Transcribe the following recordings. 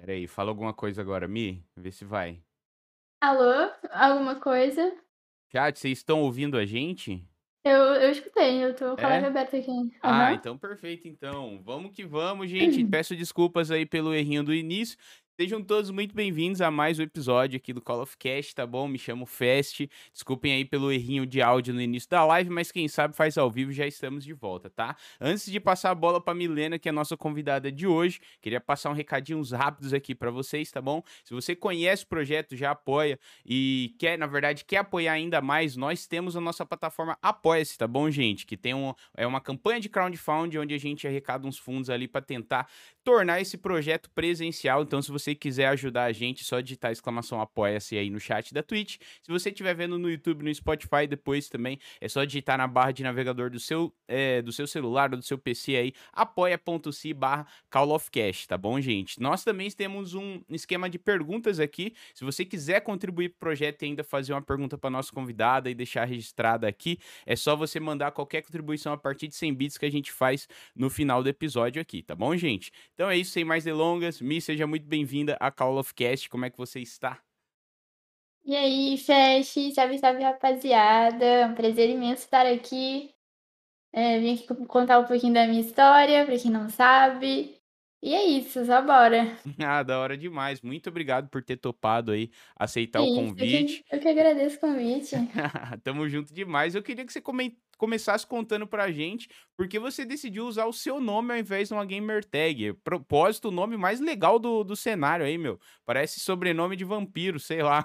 Espera aí, fala alguma coisa agora, Mi, vê se vai. Alô? Alguma coisa? Chat, vocês estão ouvindo a gente? Eu escutei, eu tô com a live É? aberta aqui. Ah, Aham. então perfeito, então. Vamos que vamos, gente. Peço desculpas aí pelo errinho do início. Sejam todos muito bem-vindos a mais um episódio aqui do Call of Cast, tá bom? Me chamo Fest. Desculpem aí pelo errinho de áudio no início da live, mas quem sabe faz ao vivo, já estamos de volta, tá? Antes de passar a bola pra Milena, que é a nossa convidada de hoje, queria passar um recadinhos rápidos aqui pra vocês, tá bom? Se você conhece o projeto, já apoia e quer, na verdade, quer apoiar ainda mais, nós temos a nossa plataforma Apoia-se, tá bom, gente? Que tem uma campanha de crowdfunding onde a gente arrecada uns fundos ali para tentar tornar esse projeto presencial. Então, se você quiser ajudar a gente, só digitar exclamação apoia-se aí no chat da Twitch. Se você estiver vendo no YouTube, no Spotify depois também, é só digitar na barra de navegador do seu celular ou do seu PC aí, apoia.se barra Call of Cash, tá bom, gente? Nós também temos um esquema de perguntas aqui. Se você quiser contribuir para o projeto e ainda fazer uma pergunta para nossa convidada e deixar registrada aqui, é só você mandar qualquer contribuição a partir de 100 bits que a gente faz no final do episódio aqui, tá bom, gente? Então é isso, sem mais delongas. Mi, seja muito bem-vinda a Call of Cast. Como é que você está? E aí, Fest, salve, salve, rapaziada. É um prazer imenso estar aqui. Vim aqui contar um pouquinho da minha história, pra quem não sabe. E é isso, só bora. Ah, da hora demais. Muito obrigado por ter topado aí, aceitar Que o isso, eu que, convite. eu que agradeço o convite. Tamo junto demais. Eu queria que você começasse contando pra gente por que você decidiu usar o seu nome ao invés de uma gamer tag. Propósito, o nome mais legal do cenário aí, meu. Parece sobrenome de vampiro, sei lá.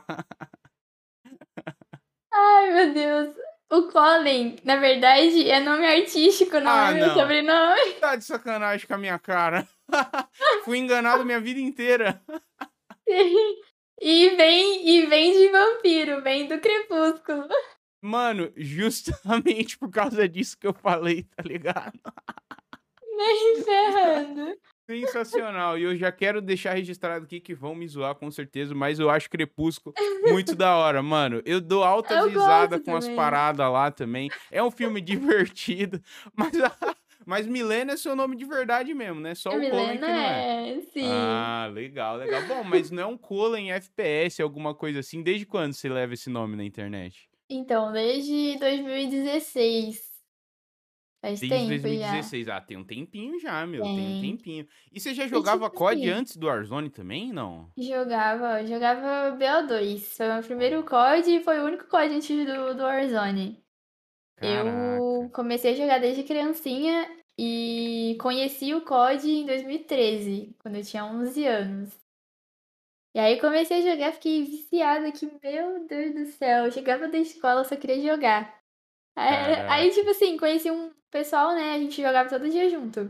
Ai, meu Deus. O Colin, na verdade, é nome artístico, não é Ah, meu não. sobrenome. Tá de sacanagem com a minha cara. Fui enganado minha vida inteira. E vem de vampiro, vem do crepúsculo. Mano, justamente por causa disso que eu falei, tá ligado? Nem ferrando. Sensacional. E eu já quero deixar registrado aqui que vão me zoar com certeza, mas eu acho Crepúsculo muito da hora, mano. Eu dou altas Eu risadas gosto com as também. paradas lá também. É um filme divertido, mas, mas Milena é seu nome de verdade mesmo, né? Só A o Colin Milena que não é. é, sim. Ah, legal, legal. Bom, mas não é um Colin FPS, alguma coisa assim. Desde quando você leva esse nome na internet? Então, desde 2016. Faz Desde tempo já. 2016. Ah, tem um tempinho já, meu. Tem um Tem. tempinho. E você já E tipo jogava COD assim, antes do Warzone também, não? jogava BO2. Foi o meu primeiro COD e foi o único COD antes do Warzone. Caraca. Eu comecei a jogar desde criancinha e conheci o COD em 2013, quando eu tinha 11 anos. E aí comecei a jogar, fiquei viciada que, meu Deus do céu, eu chegava da escola, só queria jogar. Aí, Caraca. tipo assim, conheci um pessoal, né? A gente jogava todo dia junto.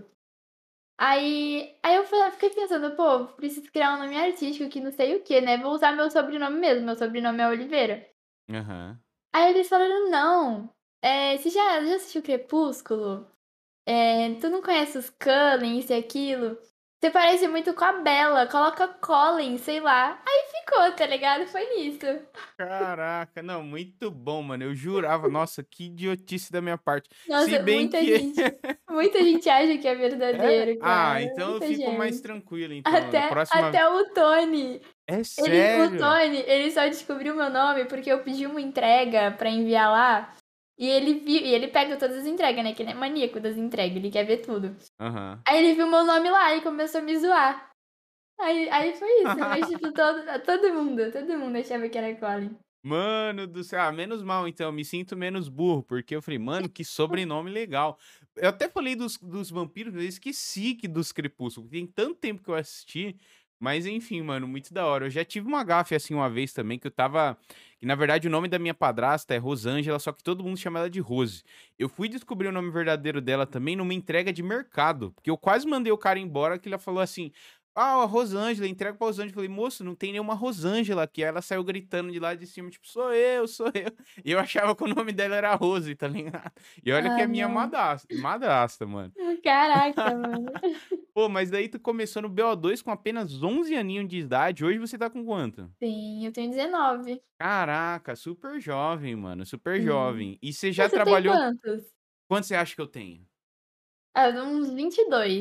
Aí fiquei pensando, pô, preciso criar um nome artístico que não sei o que, né? Vou usar meu sobrenome mesmo, meu sobrenome é Oliveira. Aham. Aí eles falaram, não, você já assistiu Crepúsculo? Tu não conhece os Cullen, isso e aquilo? Você parece muito com a Bella, coloca Colin, sei lá. Aí ficou, tá ligado? Foi nisso. Caraca, não, muito bom, mano. Eu jurava, nossa, que idiotice da minha parte. Se Nossa, bem que muita gente acha que é é, verdadeiro, ah, cara. então eu Muita fico mais gente. tranquilo, então. Na Até, próxima, até o Tony. é O sério? Tony, ele só descobriu meu nome porque eu pedi uma entrega pra enviar lá. E ele pega todas as entregas, né? Que ele é maníaco das entregas, ele quer ver tudo. Aham. Aí ele viu meu nome lá e começou a me zoar. Aí foi isso, mas tipo, todo mundo achava que era Colin. Mano do céu, ah, menos mal então, me sinto menos burro, porque eu falei, mano, que sobrenome legal. Eu até falei dos vampiros, mas eu esqueci que dos Crepúsculo, tem tanto tempo que eu assisti, mas enfim, mano, muito da hora. Eu já tive uma gafe assim uma vez também, que eu tava, que na verdade o nome da minha padrasta é Rosângela, só que todo mundo chama ela de Rose. Eu fui descobrir o nome verdadeiro dela também numa entrega de mercado, porque eu quase mandei o cara embora, que ela falou assim, ah, a Rosângela, entrega pra Rosângela. Eu falei, moço, não tem nenhuma Rosângela aqui. Aí ela saiu gritando de lá de cima, tipo, sou eu, sou eu. E eu achava que o nome dela era Rose, tá ligado? E olha que Ah, é minha não. madrasta, mano. Caraca, mano. Pô, mas daí tu começou no BO2 com apenas 11 aninhos de idade. Hoje você tá com quanto? Sim, eu tenho 19. Caraca, super jovem, mano, super Sim. jovem. E você já Você tem trabalhou... quantos? Quanto você acha que eu tenho? Ah, uns 22.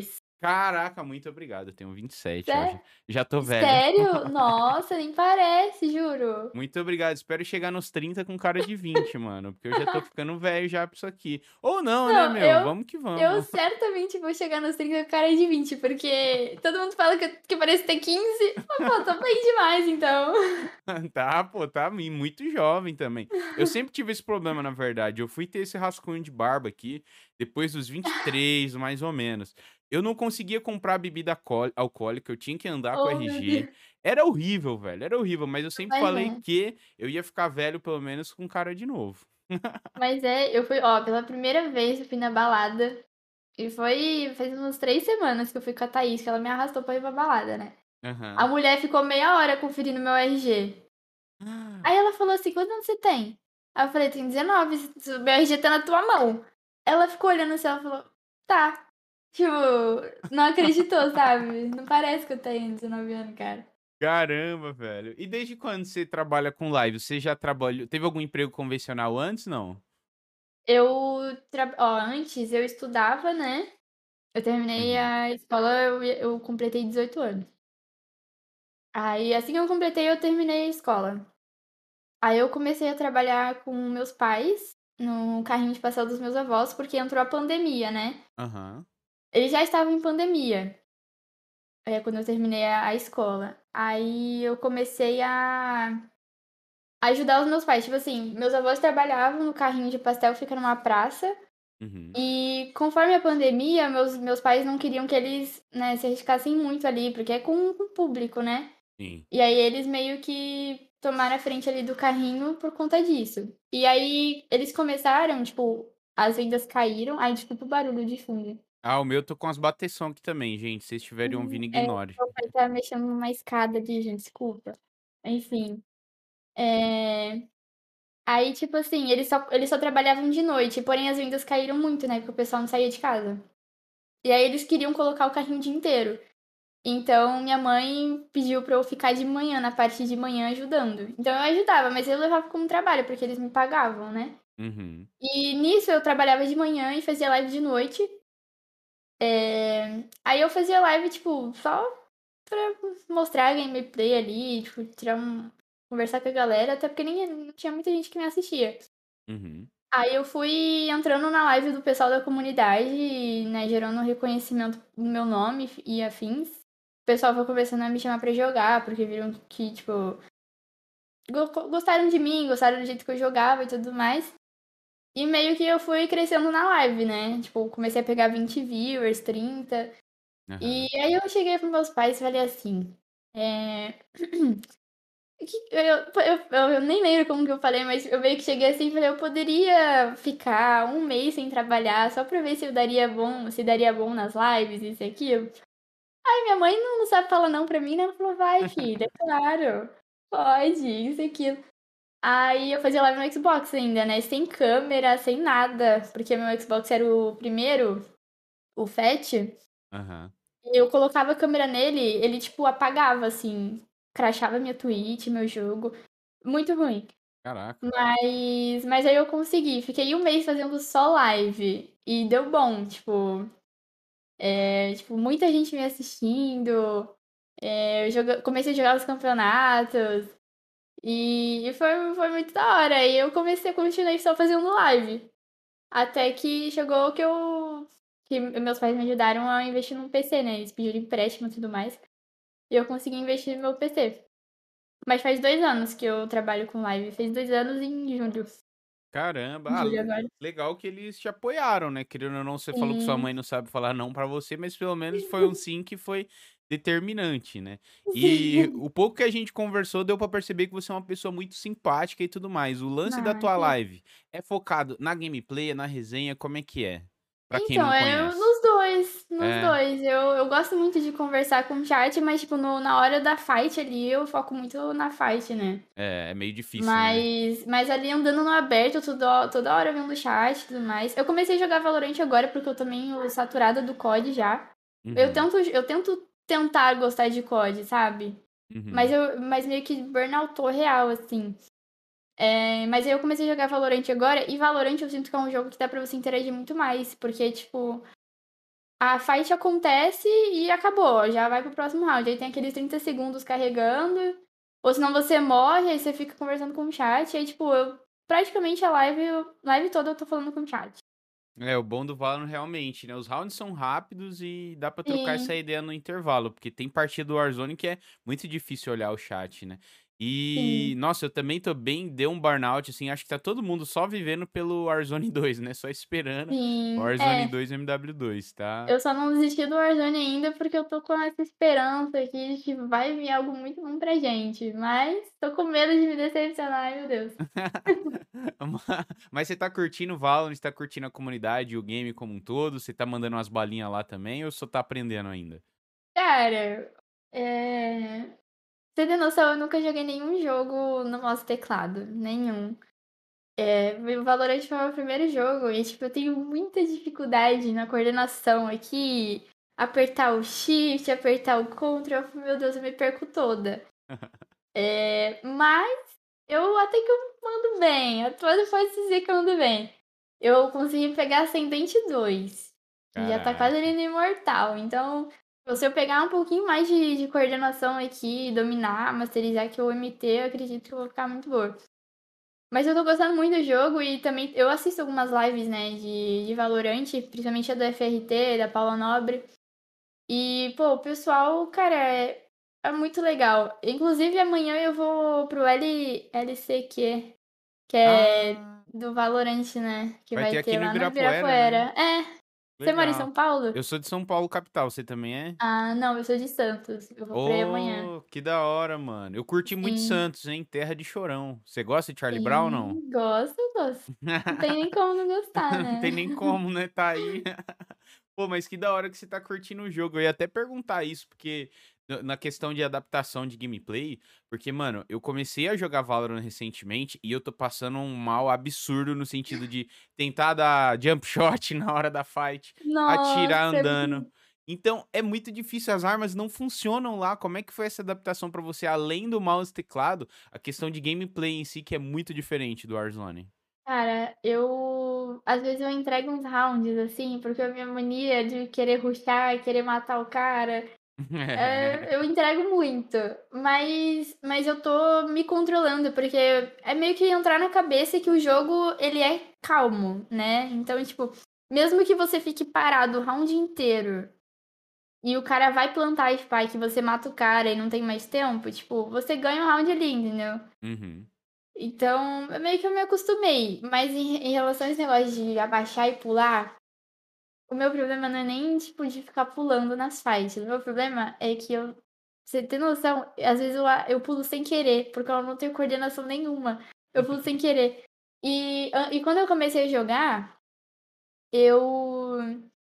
Caraca, muito obrigado. Eu tenho 27, ó. Sé Já tô velho. sério? Nossa, nem parece, juro. Muito obrigado. Espero chegar nos 30 com cara de 20, mano. Porque eu já tô ficando velho já pra isso aqui. Ou não, né, Não, meu? eu Vamos que eu vamos. certamente vou chegar nos 30 com cara de 20, porque todo mundo fala que eu pareço ter 15. Mas, pô, tô bem demais, então. Tá, pô, tá muito jovem também. Eu sempre tive esse problema, na verdade. Eu fui ter esse rascunho de barba aqui depois dos 23, mais ou menos. Eu não conseguia comprar bebida alcoólica, eu tinha que andar com Oh, meu RG. Deus. Era horrível, velho, era horrível, mas eu sempre Mas falei é. que eu ia ficar velho, pelo menos, com cara de novo. Mas é, eu fui, ó, pela primeira vez eu fui na balada. E faz umas 3 semanas que eu fui com a Thaís, que ela me arrastou pra ir pra balada, né? A Aham. mulher ficou meia hora conferindo meu RG. Aí ela falou assim: quantos anos você tem? Aí eu falei: tenho 19, o meu RG tá na tua mão. Ela ficou olhando assim, ela falou: tá. Tipo, não acreditou, sabe? Não parece que eu tenho 19 anos, cara. Caramba, velho. E desde quando você trabalha com live? Você já trabalhou teve algum emprego convencional antes, não? Ó, antes eu estudava, né? Eu terminei Uhum. a escola, eu completei 18 anos. Aí, assim que eu completei, eu terminei a escola. Aí eu comecei a trabalhar com meus pais no carrinho de passeio dos meus avós, porque entrou a pandemia, né? Aham. Eles já estavam em pandemia, quando eu terminei a escola. Aí eu comecei a ajudar os meus pais. Tipo assim, meus avós trabalhavam no carrinho de pastel, fica numa praça. Uhum. E conforme a pandemia, meus pais não queriam que eles, né, se arriscassem muito ali, porque é com o público, né? Sim. E aí eles meio que tomaram a frente ali do carrinho por conta disso. E aí eles começaram, tipo, as vendas caíram. Ai, desculpa o barulho de fundo. Ah, o meu tô com as bateção aqui também, gente. Se vocês estiverem ouvindo, É, ignore. meu pai tá mexendo numa escada ali, gente, desculpa. Enfim. É... Aí, tipo assim, eles só trabalhavam de noite, porém as vendas caíram muito, né? Porque o pessoal não saía de casa. E aí eles queriam colocar o carrinho o dia inteiro. Então, minha mãe pediu pra eu ficar de manhã, na parte de manhã, ajudando. Então, eu ajudava, mas eu levava como trabalho, porque eles me pagavam, né? Uhum. E nisso, eu trabalhava de manhã e fazia live de noite. Aí eu fazia live, tipo, só pra mostrar a gameplay ali, tipo, conversar com a galera, até porque nem não tinha muita gente que me assistia. Uhum. Aí eu fui entrando na live do pessoal da comunidade, né, gerando reconhecimento do meu nome e afins. O pessoal foi começando a me chamar pra jogar, porque viram que, tipo, gostaram de mim, gostaram do jeito que eu jogava e tudo mais. E meio que eu fui crescendo na live, né? Tipo, comecei a pegar 20 viewers, 30. E Aham. aí eu cheguei pros meus pais e falei assim, é... eu nem lembro como que eu falei, mas eu meio que cheguei assim e falei, eu poderia ficar um mês sem trabalhar só pra ver se daria bom nas lives, isso e aquilo. Aí minha mãe não sabe falar não pra mim, né? Ela falou, vai, filha, claro, pode, isso e aquilo. Aí eu fazia live no Xbox ainda, né? Sem câmera, sem nada, porque meu Xbox era o primeiro, o Fat. Aham. Eu colocava a câmera nele, ele, tipo, apagava, assim, crashava minha Twitch, meu jogo. Muito ruim. Caraca. Mas aí eu consegui. Fiquei um mês fazendo só live. E deu bom, tipo, muita gente me assistindo. Comecei a jogar os campeonatos. E foi muito da hora. E eu continuei só fazendo live. Até que chegou que meus pais me ajudaram a investir num PC, né? Eles pediram empréstimo e tudo mais. E eu consegui investir no meu PC. Mas faz 2 anos que eu trabalho com live. Fez 2 anos em julho. Caramba. Em Ah, julho agora. legal que eles te apoiaram, né? Querendo ou não, você falou que sua Sim. mãe não sabe falar não pra você, mas pelo menos foi um sim que foi determinante, né? E Sim. o pouco que a gente conversou deu pra perceber que você é uma pessoa muito simpática e tudo mais. O lance da Ah, tua que legal. live é focado na gameplay, na resenha, como é que é? Pra quem Então, não conhece. nos dois, nos É, dois. Eu gosto muito de conversar com o chat, mas, tipo, na hora da fight ali, eu foco muito na fight, né? é meio difícil, né? Mas ali andando no aberto, toda hora vendo o chat e tudo mais. Eu comecei a jogar Valorant agora porque eu também saturada do COD já. Uhum, Eu tento tentar gostar de COD, sabe? uhum. Mas meio que burnoutou real, assim. Mas aí eu comecei a jogar Valorant agora, e Valorant eu sinto que é um jogo que dá pra você interagir muito mais, porque, tipo, a fight acontece e acabou, já vai pro próximo round. Aí tem aqueles 30 segundos carregando, ou senão você morre, aí você fica conversando com o chat, aí tipo, praticamente live toda eu tô falando com o chat. É, o bom do Valorant realmente, né? Os rounds são rápidos e dá pra trocar essa Sim, ideia no intervalo, porque tem partida do Warzone que é muito difícil olhar o chat, né? E, sim, nossa, eu também tô bem, deu um burnout, assim, acho que tá todo mundo só vivendo pelo Warzone 2, né? Só esperando o sim. Warzone 2 MW2, tá? Eu só não desisti do Warzone ainda porque eu tô com essa esperança aqui de que vai vir algo muito bom pra gente. Mas tô com medo de me decepcionar, ai meu Deus. Mas você tá curtindo o Valorant, você tá curtindo a comunidade, o game como um todo? Você tá mandando umas balinhas lá também ou só tá aprendendo ainda? Cara, você tem noção, eu nunca joguei nenhum jogo no mouse teclado. Nenhum. O Valorant foi o meu primeiro jogo e, tipo, eu tenho muita dificuldade na coordenação aqui. Apertar o shift, apertar o Ctrl, meu Deus, eu me perco toda. Mas eu até que eu mando bem. Pode dizer que eu mando bem. Eu consegui pegar Ascendente 2, que já tá quase ali Caraca. no Imortal. Então, se eu pegar um pouquinho mais de coordenação aqui, dominar, masterizar que o MT, eu acredito que eu vou ficar muito boa. Mas eu tô gostando muito do jogo e também eu assisto algumas lives, né, de Valorant, principalmente a do FRT, da Paula Nobre. E, pô, o pessoal, cara, é muito legal. Inclusive, amanhã eu vou pro LCQ, que é Ah, do Valorant, né? Que vai vai ter aqui ter no lá no Ibirapuera, né? Ibirapuera. É, você mora em Legal. São Paulo? Eu sou de São Paulo, capital. Você também é? Ah, não, eu sou de Santos. Eu vou pra aí amanhã. Oh, que da hora, mano. Eu curti muito Sim, Santos, hein? Terra de Chorão. Você gosta de Charlie Brown, não? sim, gosto, gosto. Não tem nem como não gostar, Não né? tem nem como, né? Tá aí. Pô, mas que da hora que você tá curtindo o jogo. Eu ia até perguntar isso, porque na questão de adaptação de gameplay, porque, mano, eu comecei a jogar Valorant recentemente e eu tô passando um mal absurdo no sentido de tentar dar jump shot na hora da fight, atirar Nossa, é andando. muito. Então, é muito difícil, as armas não funcionam lá. Como é que foi essa adaptação pra você, além do mouse e teclado, a questão de gameplay em si, que é muito diferente do Warzone? Cara, às vezes eu entrego uns rounds assim, porque a minha mania de querer rushar, querer matar o cara, eu entrego muito. Mas eu tô me controlando, porque é meio que entrar na cabeça que o jogo, ele é calmo, né? Então, tipo, mesmo que você fique parado o round inteiro e o cara vai plantar a spike e você mata o cara e não tem mais tempo, tipo, você ganha o round ali, entendeu? Uhum. Então, é meio que eu me acostumei. Mas em relação a esse negócio de abaixar e pular, o meu problema não é nem, tipo, de ficar pulando nas fights. O meu problema é que eu. Você tem noção? Às vezes eu pulo sem querer, porque eu não tenho coordenação nenhuma. Eu pulo sem querer. E quando eu comecei a jogar, eu.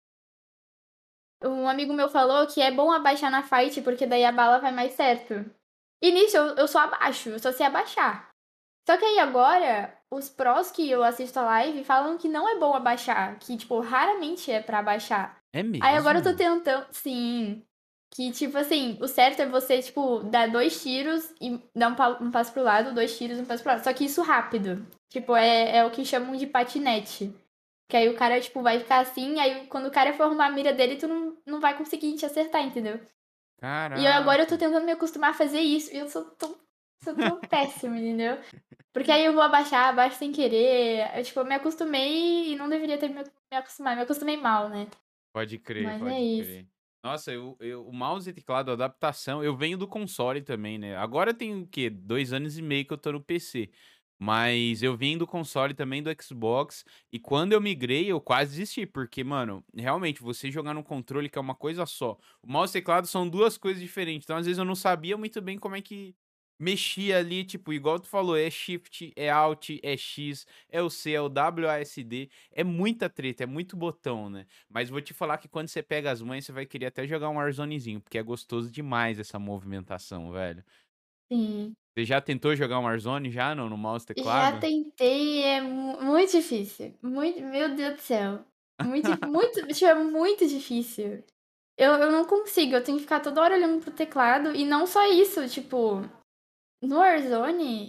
Um amigo meu falou que é bom abaixar na fight, porque daí a bala vai mais certo. E nisso eu só abaixo, eu só sei abaixar. Só que aí agora, os prós que eu assisto a live falam que não é bom abaixar, que, tipo, raramente é pra abaixar. É Aí agora eu tô mesmo? tentando, sim, que, tipo assim, o certo é você, tipo, dar 2 tiros e dar um passo pro lado, 2 tiros, um passo pro lado. Só que isso rápido. Tipo, é o que chamam de patinete. Que aí o cara, tipo, vai ficar assim, aí quando o cara for arrumar a mira dele, tu não vai conseguir te acertar, entendeu? Agora eu tô Caraca. tentando me acostumar a fazer isso, e eu sou tão péssima, entendeu? Porque aí eu vou abaixar, abaixo sem querer. Eu me acostumei e não deveria ter me acostumado. Me acostumei mal, né? Pode crer, Mas é pode isso. crer. Nossa, o mouse e teclado, a adaptação, eu venho do console também, né? Agora tem o quê? 2 anos e meio que eu tô no PC. Mas eu vim do console também do Xbox. E quando eu migrei, eu quase desisti. Porque, mano, realmente, você jogar no controle, que é uma coisa só. O mouse e teclado são duas coisas diferentes. Então, às vezes, eu não sabia muito bem como é que mexia ali. Tipo, igual tu falou, é Shift, é Alt, é X, é o C, é o WASD. É muita treta, é muito botão, né? Mas vou te falar que quando você pega as mães, você vai querer até jogar um Warzonezinho, porque é gostoso demais essa movimentação, velho. Sim. Você já tentou jogar um Warzone já no mouse e Já teclado? tentei, é muito difícil. Muito, meu Deus do céu. Muito, tipo, é muito difícil. Eu não consigo, eu tenho que ficar toda hora olhando pro teclado. E não só isso, tipo, no Warzone.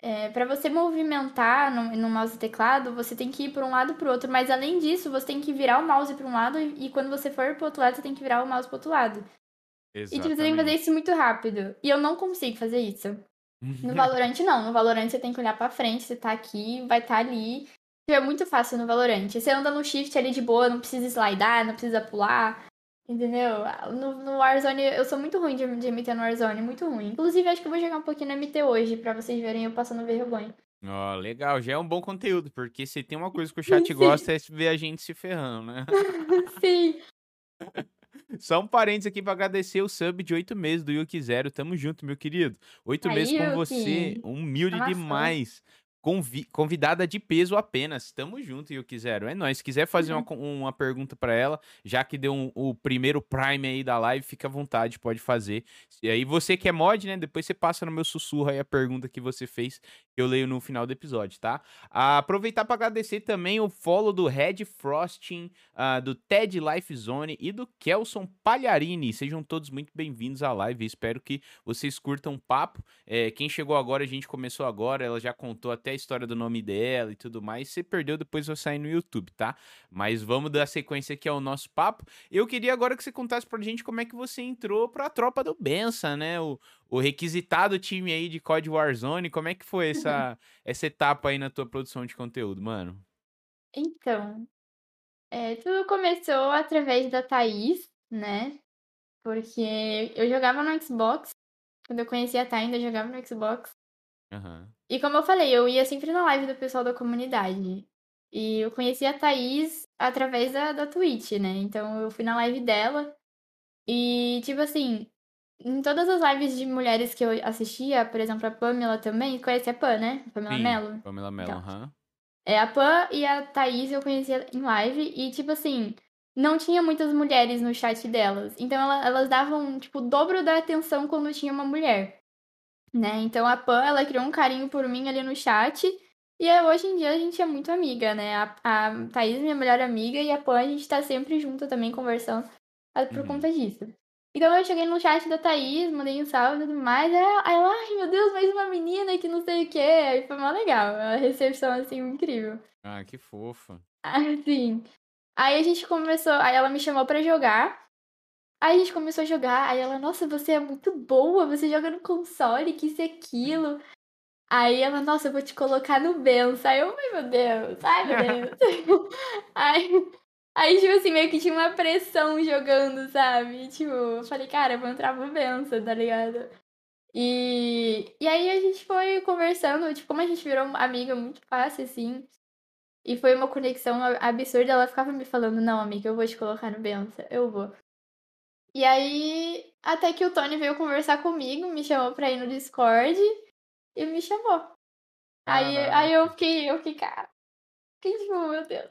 Pra você movimentar no mouse e teclado, você tem que ir pra um lado e pro outro, mas além disso, você tem que virar o mouse pra um lado e quando você for pro outro lado, você tem que virar o mouse pro outro lado. E tipo, você tem que fazer Exatamente. isso muito rápido. E eu não consigo fazer isso. No Valorant, não. No Valorant, você tem que olhar pra frente, você tá aqui, vai estar ali. É muito fácil no Valorant. Você anda no shift ali de boa, não precisa slidar, não precisa pular. Entendeu? No Warzone, eu sou muito ruim de MT no Warzone, muito ruim. Inclusive, acho que eu vou jogar um pouquinho no MT hoje, pra vocês verem eu passando vergonha. Ó, legal, já é um bom conteúdo, porque se tem uma coisa que o chat Sim, gosta é ver a gente se ferrando, né? sim. Só um parênteses aqui pra agradecer o sub de 8 meses do Yuki Zero. Tamo junto, meu querido. 8 meses Aí, com você, Yuki. humilde Amassou. demais. Convidada de peso apenas. Tamo junto, Yuki Zero. É nóis. Se quiser fazer uma pergunta pra ela, já que deu o primeiro Prime aí da live, fica à vontade, pode fazer. E aí você que é mod, né? Depois você passa no meu sussurro aí a pergunta que você fez, que eu leio no final do episódio, tá? Aproveitar pra agradecer também o follow do Red Frosting, do Ted Life Zone e do Kelson Palharini. Sejam todos muito bem-vindos à live. Espero que vocês curtam o papo. Quem chegou agora, a gente começou agora. Ela já contou até a história do nome dela e tudo mais. Se perdeu, depois vai sair no YouTube, tá? Mas vamos dar sequência aqui ao nosso papo. Eu queria agora que você contasse pra gente como é que você entrou pra tropa do Benção, né? O requisitado time aí de COD Warzone. Como é que foi essa etapa aí na tua produção de conteúdo, mano? Então, tudo começou através da Thaís, né? Porque eu jogava no Xbox. Quando eu conheci a Thay, ainda jogava no Xbox. Aham. E como eu falei, eu ia sempre na live do pessoal da comunidade. E eu conheci a Thaís através da Twitch, né? Então eu fui na live dela. E, tipo assim, em todas as lives de mulheres que eu assistia, por exemplo, a Pamela também, conhece a Pam, né? A Pamela Sim, Mello. Pamela Mello, Então, aham. a Pam e a Thaís eu conhecia em live. E, tipo assim, não tinha muitas mulheres no chat delas. Então elas davam, tipo, o dobro da atenção quando tinha uma mulher. Né? Então a Pan, ela criou um carinho por mim ali no chat. E hoje em dia a gente é muito amiga, né? A Thaís, minha melhor amiga, e a Pan, a gente tá sempre junto também conversando por Uhum. conta disso. Então eu cheguei no chat da Thaís, mandei um salve e tudo mais. Aí ela, ai meu Deus, mais uma menina que não sei o quê. Aí foi mó legal. A recepção, assim, incrível. Ah, que fofa. Assim. Aí a gente começou. Aí ela me chamou pra jogar. Aí a gente começou a jogar. Aí ela, nossa, você é muito boa, você joga no console, que isso e aquilo. Aí ela, nossa, eu vou te colocar no Benção. Aí eu, ai meu Deus, ai meu Deus. Aí, aí, tipo assim, meio que tinha uma pressão jogando, sabe? Tipo, eu falei, cara, eu vou entrar pro Benção, tá ligado? E aí a gente foi conversando, tipo, como a gente virou uma amiga muito fácil, assim. E foi uma conexão absurda, ela ficava me falando, não, amiga, eu vou te colocar no Benção, eu vou. E aí, até que o Tony veio conversar comigo, me chamou pra ir no Discord e me chamou. Aí Caraca. eu fiquei, cara, fiquei tipo, meu Deus.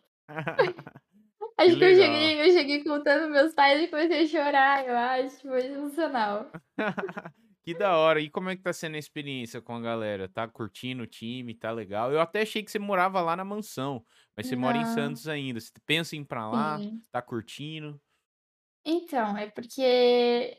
Que Acho que legal. eu cheguei contando meus pais e comecei a chorar, eu acho, foi sensacional. Que da hora. E como é que tá sendo a experiência com a galera? Tá curtindo o time? Tá legal? Eu até achei que você morava lá na mansão, mas você mora em Não, Santos ainda. Você pensa em ir pra lá? sim. Tá curtindo? Então, é porque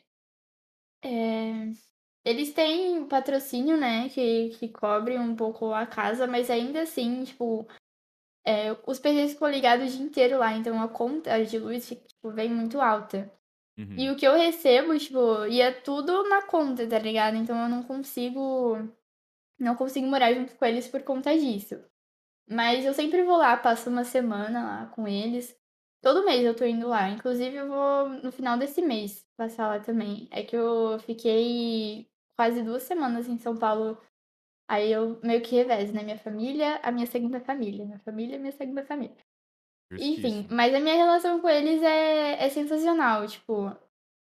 é, eles têm patrocínio, né, que cobre um pouco a casa, mas ainda assim, tipo, os PCs ficam ligados o dia inteiro lá, então a conta de luz, tipo, vem muito alta. E Uhum. o que eu recebo, tipo, ia tudo na conta, tá ligado? Então eu não consigo morar junto com eles por conta disso. Mas eu sempre vou lá, passo uma semana lá com eles. Todo mês eu tô indo lá. Inclusive, eu vou no final desse mês passar lá também. É que eu fiquei quase 2 semanas em São Paulo. Aí eu meio que revezo, né? Minha família, a minha segunda família. Minha família, a minha segunda família. Enfim, Justíssimo. mas a minha relação com eles é sensacional. Tipo,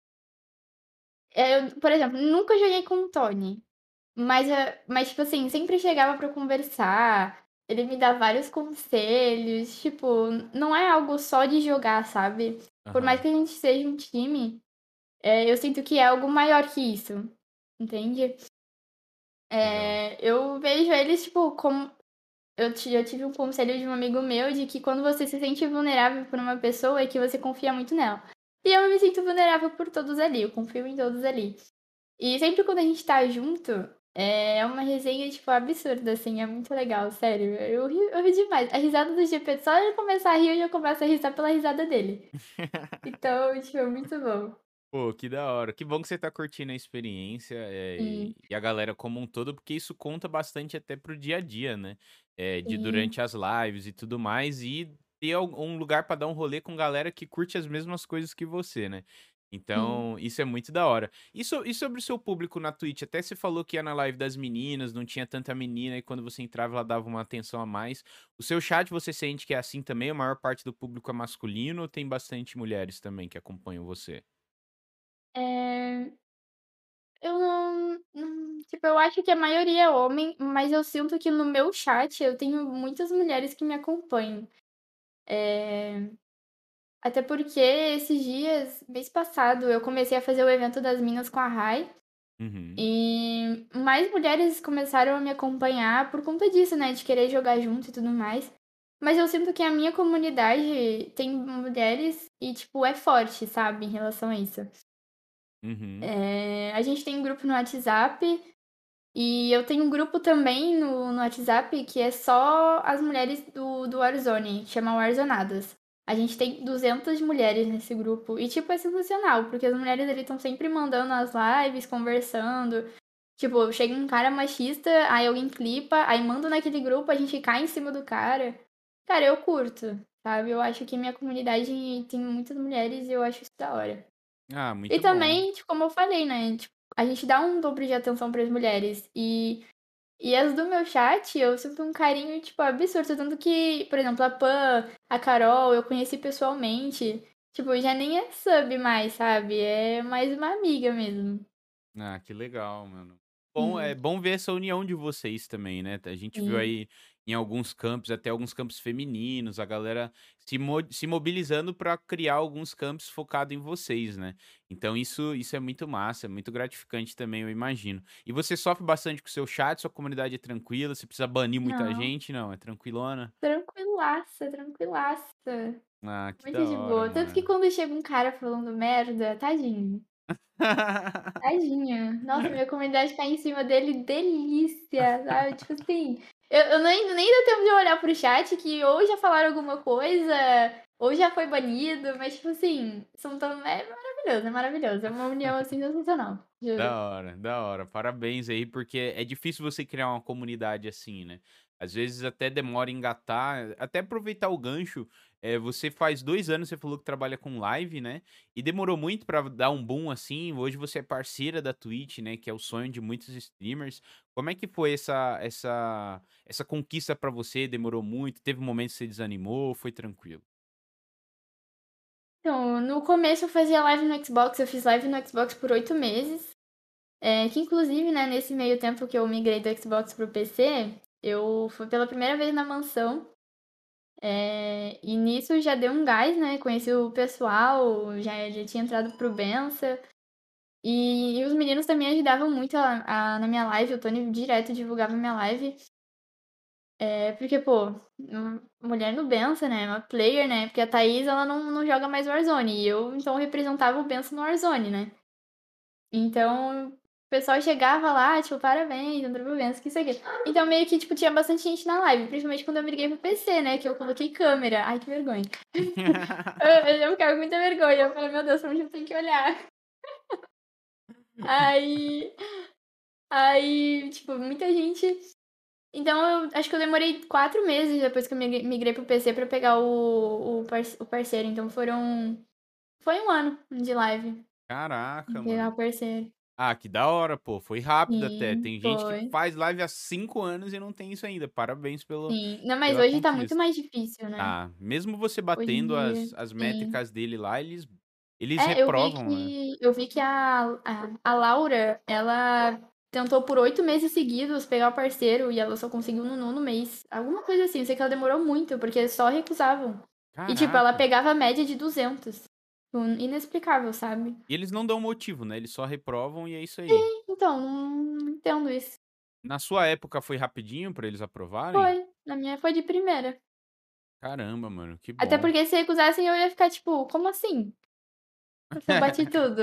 eu, por exemplo, nunca joguei com o Tony. Mas, tipo assim, sempre chegava pra conversar. Ele me dá vários conselhos. Tipo, não é algo só de jogar, sabe? Por mais Aham. que a gente seja um time, eu sinto que é algo maior que isso. Entende? Legal. Eu vejo eles, tipo, como. Eu tive um conselho de um amigo meu de que quando você se sente vulnerável por uma pessoa é que você confia muito nela. E eu me sinto vulnerável por todos ali, eu confio em todos ali. E sempre quando a gente tá junto, É uma resenha, tipo, absurda, assim, é muito legal, sério. Eu ri demais. A risada do GP, só ele começar a rir, eu já começo a rir só pela risada dele. Então, tipo, é muito bom. Pô, que da hora. Que bom que você tá curtindo a experiência, Sim, e a galera como um todo, porque isso conta bastante até pro dia a dia, né? De sim, durante as lives e tudo mais, e ter um lugar pra dar um rolê com galera que curte as mesmas coisas que você, né? sim. Então, isso é muito da hora. E sobre o seu público na Twitch? Até você falou que ia na live das meninas, não tinha tanta menina, e quando você entrava, ela dava uma atenção a mais. O seu chat, você sente que é assim também? A maior parte do público é masculino ou tem bastante mulheres também que acompanham você? Eh, eu tipo, eu acho que a maioria é homem, mas eu sinto que no meu chat eu tenho muitas mulheres que me acompanham. Eh, até porque esses dias, mês passado, eu comecei a fazer o evento das minas com a Rai, Uhum. e mais mulheres começaram a me acompanhar por conta disso, né, de querer jogar junto e tudo mais. Mas eu sinto que a minha comunidade tem mulheres e, tipo, é forte, sabe, em relação a isso. Uhum. A gente tem um grupo no WhatsApp e eu tenho um grupo também no WhatsApp que é só as mulheres do Warzone, chama Warzonadas. A gente tem 200 mulheres nesse grupo e, tipo, é sensacional, porque as mulheres ali estão sempre mandando as lives, conversando. Tipo, chega um cara machista, aí alguém clipa, aí manda naquele grupo, a gente cai em cima do cara. Cara, eu curto, sabe? Eu acho que minha comunidade tem muitas mulheres e eu acho isso da hora. Ah, E muito bom. também, tipo, como eu falei, né? Tipo, a gente dá um dobro de atenção para as mulheres. E as do meu chat, eu sinto um carinho, tipo, absurdo. Tanto que, por exemplo, a Pan, a Carol, eu conheci pessoalmente. Tipo, já nem é sub mais, sabe? É mais uma amiga mesmo. Ah, que legal, mano. Bom, é Sim, bom ver essa união de vocês também, né? A gente viu sim. aí em alguns campos, até alguns campos femininos, a galera se mobilizando para criar alguns campos focados em vocês, né? Então isso é muito massa, é muito gratificante também, eu imagino. E você sofre bastante com o seu chat, sua comunidade é tranquila, você precisa banir muita Não, gente? Não, é tranquilona? tranquilaça, tranquilaça. Ah, que Muito da de hora, boa. Tanto que mano. quando chega um cara falando merda, tadinho. Tadinha. Nossa, minha comunidade cai em cima dele, delícia, sabe? Tipo assim, eu nem deu tempo de eu olhar pro chat, que ou já falaram alguma coisa, ou já foi banido, mas tipo assim, são tão... é maravilhoso, é maravilhoso. É uma união assim sensacional, Da juro. hora, da hora. Parabéns aí, porque é difícil você criar uma comunidade assim, né? Às vezes até demora em engatar, até aproveitar o gancho. Você faz 2 anos, você falou que trabalha com live, né? E demorou muito pra dar um boom assim. Hoje você é parceira da Twitch, né? Que é o sonho de muitos streamers. Como é que foi essa conquista pra você? Demorou muito? Teve um momento que você desanimou? Foi tranquilo? Então, no começo eu fazia live no Xbox, eu fiz live no Xbox por 8 meses. Que inclusive, né, nesse meio tempo que eu migrei do Xbox pro PC, eu fui pela primeira vez na mansão. E nisso já deu um gás, né? Conheci o pessoal, já tinha entrado pro Bença. E os meninos também ajudavam muito na minha live. O Tony direto divulgava minha live. Porque, pô, mulher no Bença, né? Uma player, né? Porque a Thaís, ela não joga mais Warzone. E eu, então, representava o Bença no Warzone, né? Então, o pessoal chegava lá, tipo, parabéns, André Provença, que isso aqui. Então, meio que, tipo, tinha bastante gente na live, principalmente quando eu migrei pro PC, né? Que eu coloquei câmera. Ai, que vergonha. Eu ficava com muita vergonha. Eu falei, meu Deus, pra onde eu tenho que olhar? Aí, aí, tipo, muita gente. Então, eu acho que eu demorei 4 meses depois que eu migrei pro PC pra pegar o parceiro. Então, foi um ano de live. Caraca, Pegar mano. o parceiro. Ah, que da hora, pô. Foi rápido até. Sim, Tem gente que foi. faz live há 5 anos e não tem isso ainda. Parabéns Sim. Não, mas pela hoje tá muito conquista. mais difícil, né? Ah, mesmo você Hoje em batendo dia, as sim. métricas dele lá, eles Eu vi reprovam, né? que a Laura, ela tentou por 8 meses seguidos pegar o parceiro e ela só conseguiu no nono mês. Alguma coisa assim, eu sei que ela demorou muito, porque só recusavam. E, tipo, ela Caraca. pegava a média de 200. Inexplicável, sabe? E eles não dão motivo, né? Eles só reprovam e é isso aí. Então, não entendo isso. Na sua época foi rapidinho pra eles aprovarem? Foi. Na minha foi de primeira. Caramba, mano, que Até bom. porque se recusassem, eu ia ficar tipo, como assim? Se eu bati tudo.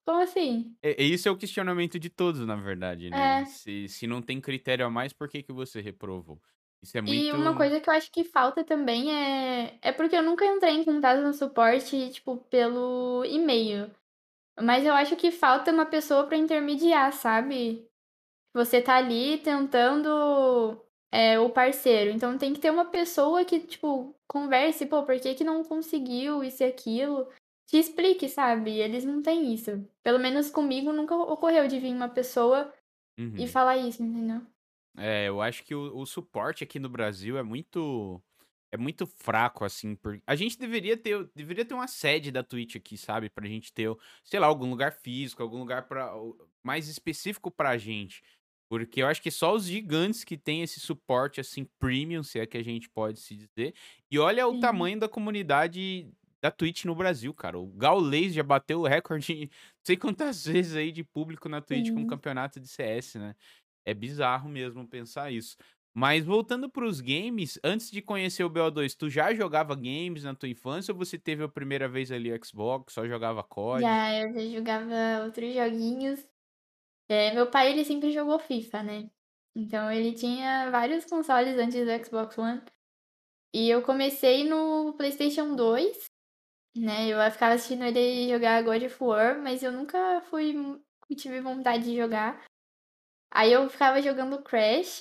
Como assim? Isso é o questionamento de todos, na verdade, né? É. Se não tem critério a mais, por que que você reprovou? Isso é E uma muito. coisa que eu acho que falta também é porque eu nunca entrei em contato no suporte, tipo, pelo e-mail. Mas eu acho que falta uma pessoa pra intermediar, sabe? Você tá ali tentando o parceiro. Então tem que ter uma pessoa que, tipo, converse, pô, por que que não conseguiu isso e aquilo? Te explique, sabe? Eles não têm isso. Pelo menos comigo nunca ocorreu de vir uma pessoa e Uhum. falar isso, entendeu? Eu acho que o suporte aqui no Brasil é muito fraco, assim, a gente deveria ter uma sede da Twitch aqui, sabe, pra gente ter, sei lá, algum lugar físico, algum lugar mais específico pra gente, porque eu acho que só os gigantes que têm esse suporte, assim, premium, se é que a gente pode se dizer, e olha o Sim, tamanho da comunidade da Twitch no Brasil, cara, o Gaules já bateu o recorde não sei quantas vezes aí de público na Twitch com o sim. campeonato de CS, né. É bizarro mesmo pensar isso. Mas voltando para os games, antes de conhecer o BO2, tu já jogava games na tua infância ou você teve a primeira vez ali o Xbox, só jogava COD? Já eu já jogava outros joguinhos. Meu pai, ele sempre jogou FIFA, né? Então ele tinha vários consoles antes do Xbox One. E eu comecei no PlayStation 2, né? Eu ficava assistindo ele jogar God of War, mas eu nunca tive vontade de jogar. Aí eu ficava jogando Crash.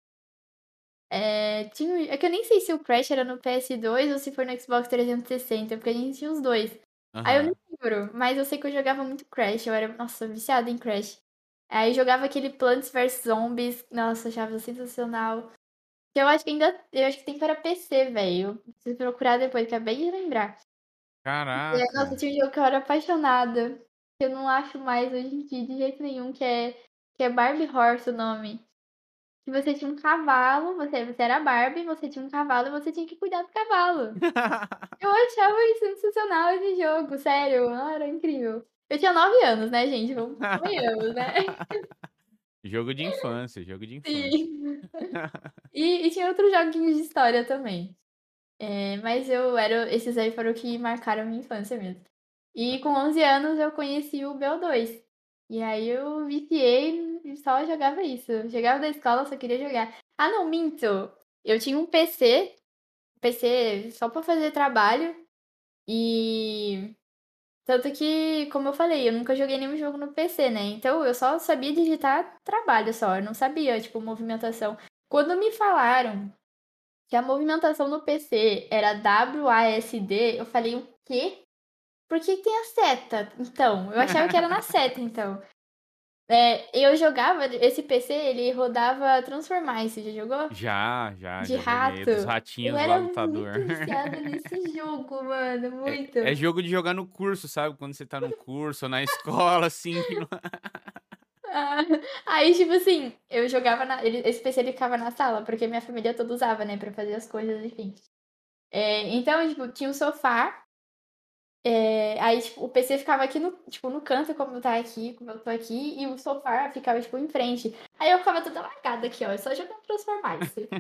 É que eu nem sei se o Crash era no PS2 ou se foi no Xbox 360, porque a gente tinha os dois. Aí eu nem Aham. lembro, mas eu sei que eu jogava muito Crash. Eu era, nossa, viciada em Crash. Aí jogava aquele Plants vs Zombies. Nossa, eu achava sensacional. Eu acho que tem para PC, velho. Preciso procurar depois, acabei de lembrar. Nossa, Caraca. tinha um jogo que eu era apaixonada. Que eu não acho mais hoje em dia de jeito nenhum, que é Barbie Horse o nome. Que você tinha um cavalo, você era Barbie, você tinha um cavalo e você tinha que cuidar do cavalo. Eu achava isso sensacional esse jogo, sério. Era incrível. Eu tinha 9 anos, né, gente? Convenhamos, né? Jogo de infância, jogo de infância. Sim. E tinha outros joguinhos de história também. Mas esses aí foram o que marcaram a minha infância mesmo. E com 11 anos eu conheci o BO2. E aí eu viciei e só jogava isso. Eu chegava da escola, só queria jogar. Ah, não, minto! Eu tinha um PC só pra fazer trabalho. E tanto que, como eu falei, eu nunca joguei nenhum jogo no PC, né? Então eu só sabia digitar trabalho só. Eu não sabia, tipo, movimentação. Quando me falaram que a movimentação no PC era WASD, eu falei, o quê? Por que tem a seta? Então, eu achava que era na seta, então. Eu jogava, esse PC, ele rodava Transformice, já jogou? Já De joguei. rato. Dos Eu ratinhos lá, era lutador. muito viciada nesse jogo, mano, muito. É jogo de jogar no curso, sabe? Quando você tá no curso ou na escola, assim. Ah, aí, tipo assim, eu jogava esse PC ele ficava na sala, porque minha família toda usava, né, pra fazer as coisas, enfim. Então, tipo, tinha um sofá. Aí, tipo, o PC ficava aqui no canto, como eu tô aqui, e o sofá ficava, tipo, em frente. Aí eu ficava toda largada aqui, ó, só jogando Transformice.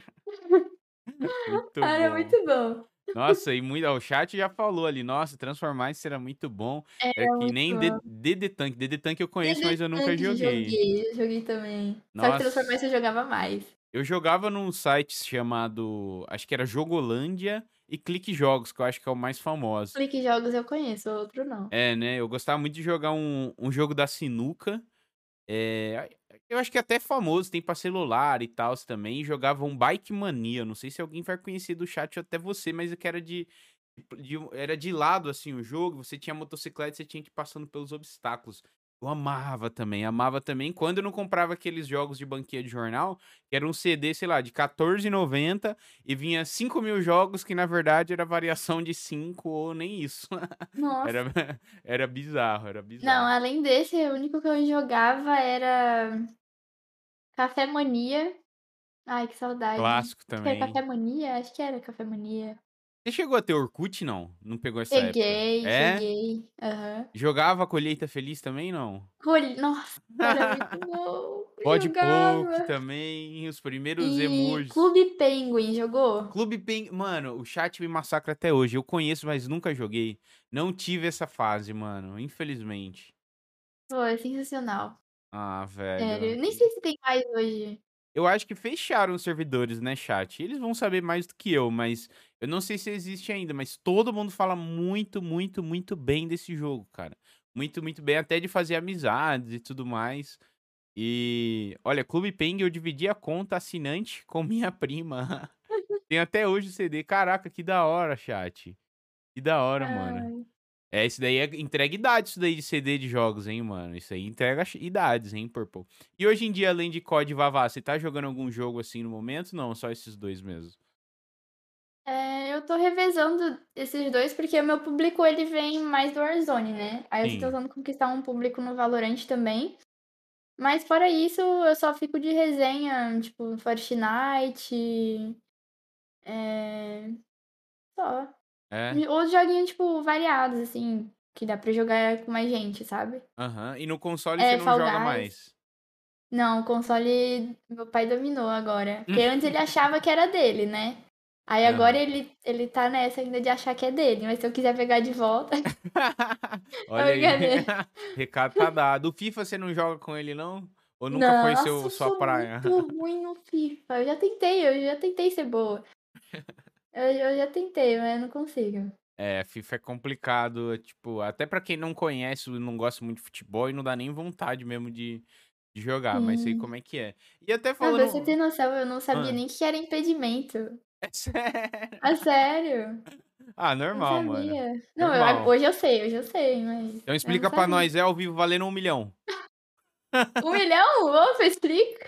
Muito Ah, era bom. muito bom. Nossa, e muito, ó, o chat já falou ali, nossa, Transformice será muito bom. Era Era que muito nem bom. DD Tank. DD Tank eu conheço, DD mas eu nunca Tank joguei. joguei também. Só que Nossa, Transformice eu jogava mais. eu jogava num site chamado, acho que era Jogolândia e Clique Jogos, que eu acho que é o mais famoso. Clique Jogos eu conheço, outro não. É, né? Eu gostava muito de jogar um jogo da sinuca. Eu acho que é até famoso, tem pra celular e tal também. Jogava um Bike Mania. Não sei se alguém vai conhecer do chat ou até você, mas é que era de lado assim o jogo. Você tinha motocicleta e você tinha que ir passando pelos obstáculos. Eu amava também, amava também. Quando eu não comprava aqueles jogos de banquinha de jornal, que era um CD, sei lá, de R$14,90 e vinha 5.000 jogos que na verdade era variação de 5 ou nem isso. Nossa. Era, era bizarro, era Não, bizarro. além desse, o único que eu jogava era Café Mania. Ai, que saudade. Clássico Acho que era Café também. Mania? Acho que era Café Mania. Você chegou a ter Orkut, não? Não pegou essa época? Cheguei, É? cheguei. Aham. Jogava Colheita Feliz também, não? Nossa, era muito bom. Eu Pode Poke jogava. também, os primeiros E emojis. Clube Penguin, jogou? Clube Pen... Mano, o chat me massacra até hoje. Eu conheço, mas nunca joguei. Não tive essa fase, mano, infelizmente. Pô, é sensacional. Ah, Sério. velho. Nem sei se tem mais hoje. Eu acho que fecharam os servidores, né, chat? Eles vão saber mais do que eu, mas eu não sei se existe ainda, mas todo mundo fala muito, muito, muito bem desse jogo, cara. Muito, muito bem, até de fazer amizades e tudo mais. E olha, Clube Penguin eu dividi a conta assinante com minha prima. Tem até hoje o CD. Caraca, que da hora, chat. Que da hora, mano. Ai. É, isso daí é entrega idade, isso daí de CD de jogos, hein, mano. Isso aí entrega idades, hein, Purple. E hoje em dia, além de COD e Vavá, você tá jogando algum jogo assim no momento? Não, só esses dois mesmo. Eu tô revezando esses dois porque o meu público ele vem mais do Warzone, né? Aí eu tô Sim. tentando conquistar um público no Valorant também. Mas fora isso, eu só fico de resenha, tipo, Fortnite, é... só. É? Ou joguinhos, tipo, variados, assim, que dá pra jogar com mais gente, sabe? Aham. E no console você É, não Fall joga Guys. mais? Não, o console meu pai dominou agora. Porque antes ele achava que era dele, né? Aí agora Aham. ele tá nessa ainda de achar que é dele, mas se eu quiser pegar de volta, é Olha aí. brincadeira. Recado tá dado. O FIFA você não joga com ele, não? Ou nunca foi Nossa, eu sua sou praia? muito ruim no FIFA. Eu já tentei ser boa. Eu já tentei, mas eu não consigo. É, FIFA é complicado, tipo, até pra quem não conhece, não gosta muito de futebol e não dá nem vontade mesmo de jogar, mas sei Sim. como é que é. E até Não, pra você ter falando. noção, eu não sabia Hã? nem que era impedimento. É sério? Ah, sério? Ah, Não normal, mano. sabia. Não, Normal. hoje eu sei, mas Então eu não explica pra sabia. nós, é ao vivo valendo 1 milhão. 1 milhão? Opa, explica.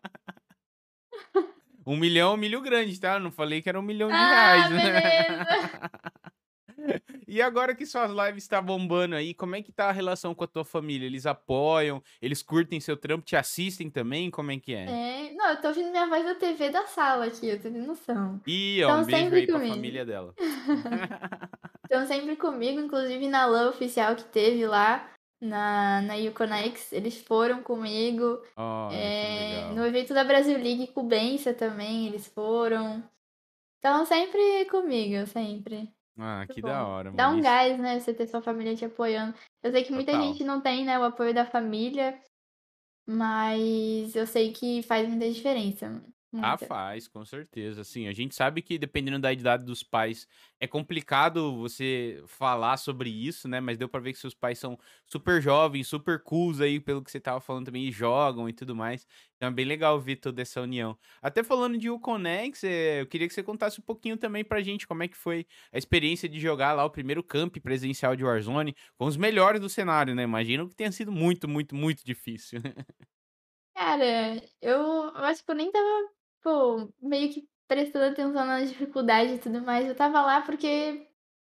1 milhão é um milho grande, tá? Não falei que era 1 milhão de reais. Ah, beleza. E agora que suas lives tá bombando aí, como é que tá a relação com a tua família? Eles apoiam? Eles curtem seu trampo? Te assistem também? Como é que é? É, não, eu tô ouvindo minha voz da TV da sala aqui, eu tô tendo noção. Ih, ó, Estão um beijo sempre aí pra comigo. família dela. Estão sempre comigo, inclusive na LAN oficial que teve lá na Uconex, eles foram comigo. Olha, que É, no legal. evento da Brasil League Cubença também, eles foram. Estão sempre comigo, sempre. Ah, Muito que da bom. hora, Dá mano. um Isso, gás, né, você ter sua família te apoiando. Eu sei que muita total. gente não tem, né, o apoio da família, mas eu sei que faz muita diferença. Ah, Muita. faz, com certeza. Assim, a gente sabe que dependendo da idade dos pais, é complicado você falar sobre isso, né? Mas deu pra ver que seus pais são super jovens, super cools aí, pelo que você tava falando também, e jogam e tudo mais. Então é bem legal ver toda essa união. Até falando de Uconex, eu queria que você contasse um pouquinho também pra gente como é que foi a experiência de jogar lá o primeiro camp presencial de Warzone com os melhores do cenário, né? Imagino que tenha sido muito, muito, muito difícil. Cara, eu acho que eu nem tava, pô, meio que prestando atenção na dificuldade e tudo mais. Eu tava lá porque,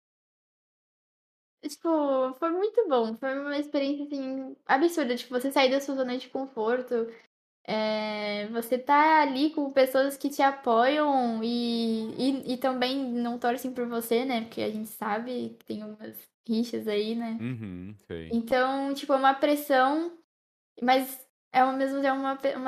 tipo, foi muito bom. Foi uma experiência, assim, absurda. Tipo, você sair da sua zona de conforto. Você tá ali com pessoas que te apoiam e também não torcem por você, né? Porque a gente sabe que tem umas rixas aí, né? Uhum, sei. Então, tipo, é uma pressão, mas é ao mesmo tempo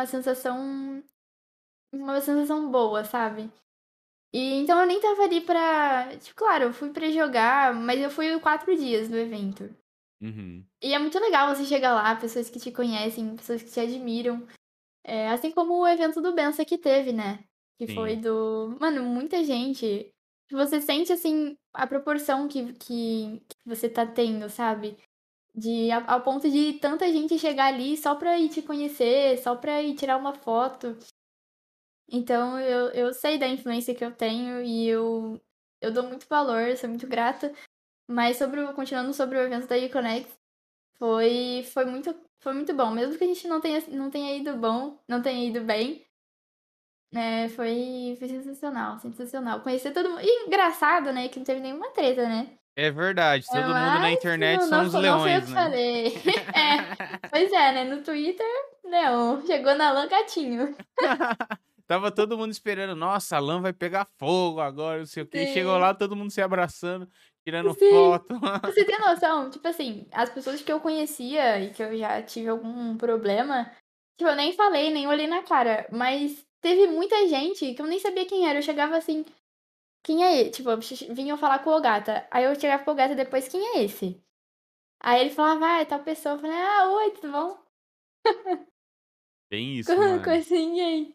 uma sensação boa, sabe? E então eu nem tava ali pra. Tipo, claro, eu fui pra jogar, mas eu fui 4 dias do evento. Uhum, E é muito legal você chegar lá, pessoas que te conhecem, pessoas que te admiram. Assim como o evento do Bença que teve, né? Que foi sim. do. Mano, muita gente. Você sente, assim, a proporção que você tá tendo, sabe? Ao ponto de tanta gente chegar ali só pra ir te conhecer, só pra ir tirar uma foto. Então eu sei da influência que eu tenho e eu dou muito valor, sou muito grata. Mas continuando sobre o evento da Uconex, foi muito bom. Mesmo que a gente não tenha ido bom, não tenha ido bem. Foi sensacional, sensacional. Conhecer todo mundo. E engraçado, né? Que não teve nenhuma treta, né? É verdade, todo mundo na Mas internet são os não foi eu leões, que né? falei. Pois é, né? No Twitter, Leão. Chegou na lã, gatinho. Tava todo mundo esperando, nossa, a lã vai pegar fogo agora, não sei o quê. Chegou Sim, lá, todo mundo se abraçando, tirando sim. foto. Pra você ter noção, tipo assim, as pessoas que eu conhecia e que eu já tive algum problema, tipo, eu nem falei, nem olhei na cara. Mas teve muita gente que eu nem sabia quem era. Eu chegava assim, quem é ele? Tipo, vinham falar com o Ogata. Aí eu chegava pro Ogata depois, quem é esse? Aí ele falava, ah, é tal pessoa. Eu falei, ah, oi, tudo bom? Bem isso, mano. Coisinha aí.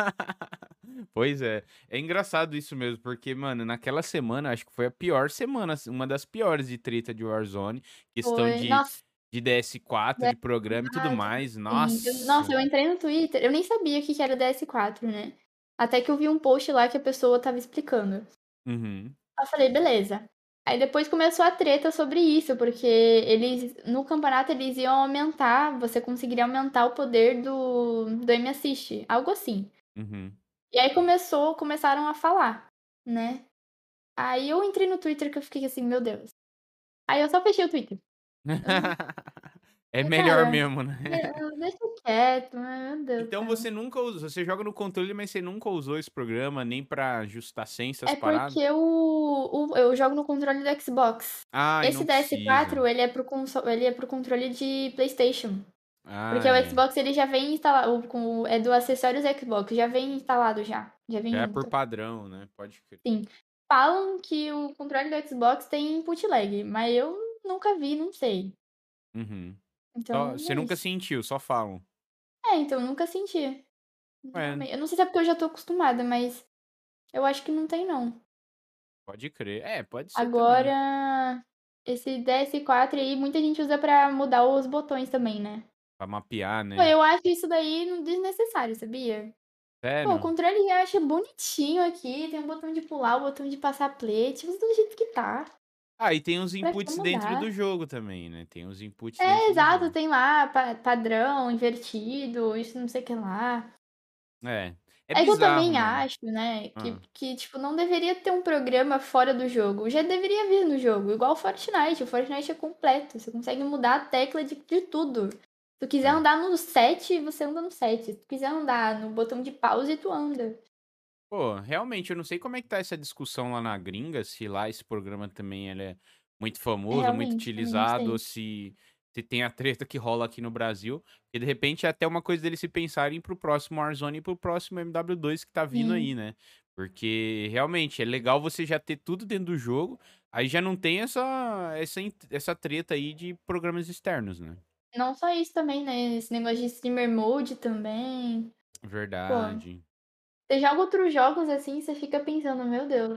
Pois é. É engraçado isso mesmo, porque, mano, naquela semana, acho que foi a pior semana, assim, uma das piores de treta de Warzone. Questão Foi. de, Nossa, de DS4, de programa e tudo DS4, mais. sim. Nossa, Nossa. eu entrei no Twitter, eu nem sabia o que que era o DS4, né? Até que eu vi um post lá que a pessoa tava explicando. Uhum, Aí eu falei, beleza. Aí depois começou a treta sobre isso, porque eles, no campeonato, eles iam aumentar, você conseguiria aumentar o poder do Aim Assist, algo assim. uhum. E aí começaram a falar, né? Aí eu entrei no Twitter que eu fiquei assim, meu Deus. Aí eu só fechei o Twitter. Eu É falei, melhor cara, mesmo, né? deixa quieto, meu Deus do Então céu. você nunca usou, você joga no controle, mas você nunca usou esse programa nem pra ajustar senha, essas É paradas? porque eu jogo no controle do Xbox. Ah, e Esse não precisa. DS4, ele é pro controle de PlayStation. Ah, Porque o é. Xbox ele já vem instalado, é do acessórios Xbox, já vem instalado já. Já vem Já é por junto. padrão, né? Pode crer. Sim. Falam que o controle do Xbox tem input lag, mas eu nunca vi, não sei. Uhum. Então Você é nunca isso. sentiu, só falam. Então eu nunca senti. É, Realmente. Eu não sei se é porque eu já tô acostumada, mas eu acho que não tem, não. pode crer. É, pode ser também. Agora, esse DS4 aí, muita gente usa pra mudar os botões também, né? Pra mapear, Pô, né? eu acho isso daí desnecessário, sabia? Pô, o Sério? controle eu acho bonitinho aqui, tem o botão de pular, o botão de passar play, usa do jeito que tá. Ah, e tem os Pra que inputs dentro do mudar? jogo também, né? Tem os inputs É, dentro do exato, jogo. tem lá padrão, invertido, isso não sei o que lá. É. É É que eu bizarro, também mano. acho, né, que, Ah, que, tipo, não deveria ter um programa fora do jogo. Já deveria vir no jogo, igual o Fortnite. O Fortnite é completo, você consegue mudar a tecla de tudo. Se tu quiser é. andar no 7, você anda no 7. Se tu quiser andar no botão de pause, tu anda. Pô, realmente, eu não sei como é que tá essa discussão lá na gringa, se lá esse programa também ele é muito famoso, muito Realmente, também não utilizado, ou sei. se tem a treta que rola aqui no Brasil. Porque de repente é até uma coisa deles se pensarem pro próximo Warzone e pro próximo MW2 que tá vindo Sim. aí, né? Porque realmente é legal você já ter tudo dentro do jogo, aí já não tem essa treta aí de programas externos, né? Não só isso também, né? Esse negócio de streamer mode também. Pô, Verdade. você joga outros jogos assim, você fica pensando, meu Deus,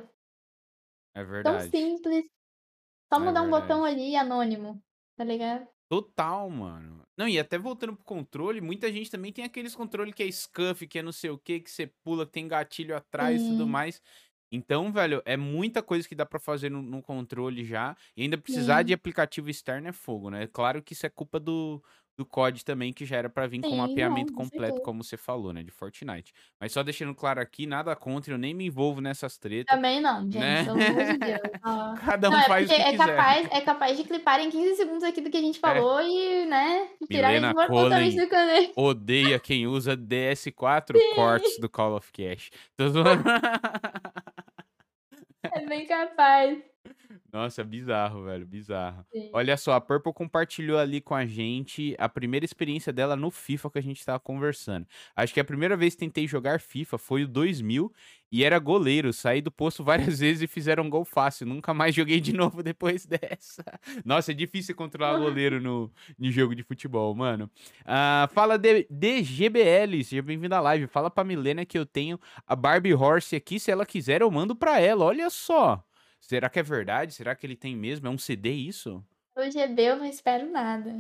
É tão verdade. simples. Só É mudar um botão verdade. ali anônimo, tá ligado? Total, mano. Não, e até voltando pro controle, muita gente também tem aqueles controle que é scuff, que é não sei o que você pula, que tem gatilho atrás e tudo Sim, mais. Então, velho, é muita coisa que dá pra fazer no controle já. E ainda precisar de sim. aplicativo externo é fogo, né? Claro que isso é culpa do COD também, que já era pra vir com Sim, não, mapeamento com completo, certeza. como você falou, né? De Fortnite. Mas só deixando claro aqui, nada contra, eu nem me envolvo nessas tretas, Também não, gente, né? pelo amor de Deus. Ah. Cada Não, um é faz o porque que quiser. é capaz de cliparem 15 segundos aqui do que a gente É. falou e, né, tirarem Milena de volta totalmente Collen do canal. odeia quem usa DS4 cortes do Call of Cast. Tô zoando. É bem capaz. Nossa, bizarro, velho, bizarro. Sim. Olha só, a Purple compartilhou ali com a gente a primeira experiência dela no FIFA que a gente tava conversando. Acho que a primeira vez que tentei jogar FIFA foi o 2000 e era goleiro. Saí do posto várias vezes e fizeram um gol fácil. Nunca mais joguei de novo depois dessa. Nossa, é difícil controlar goleiro no jogo de futebol, mano. Ah, fala de GBL, seja bem-vindo à live. Fala pra Milena que eu tenho a Barbie Horse aqui. Se ela quiser, eu mando pra ela. Olha só. Será que é verdade? Será que ele tem mesmo? É um CD isso? O GB eu não espero nada.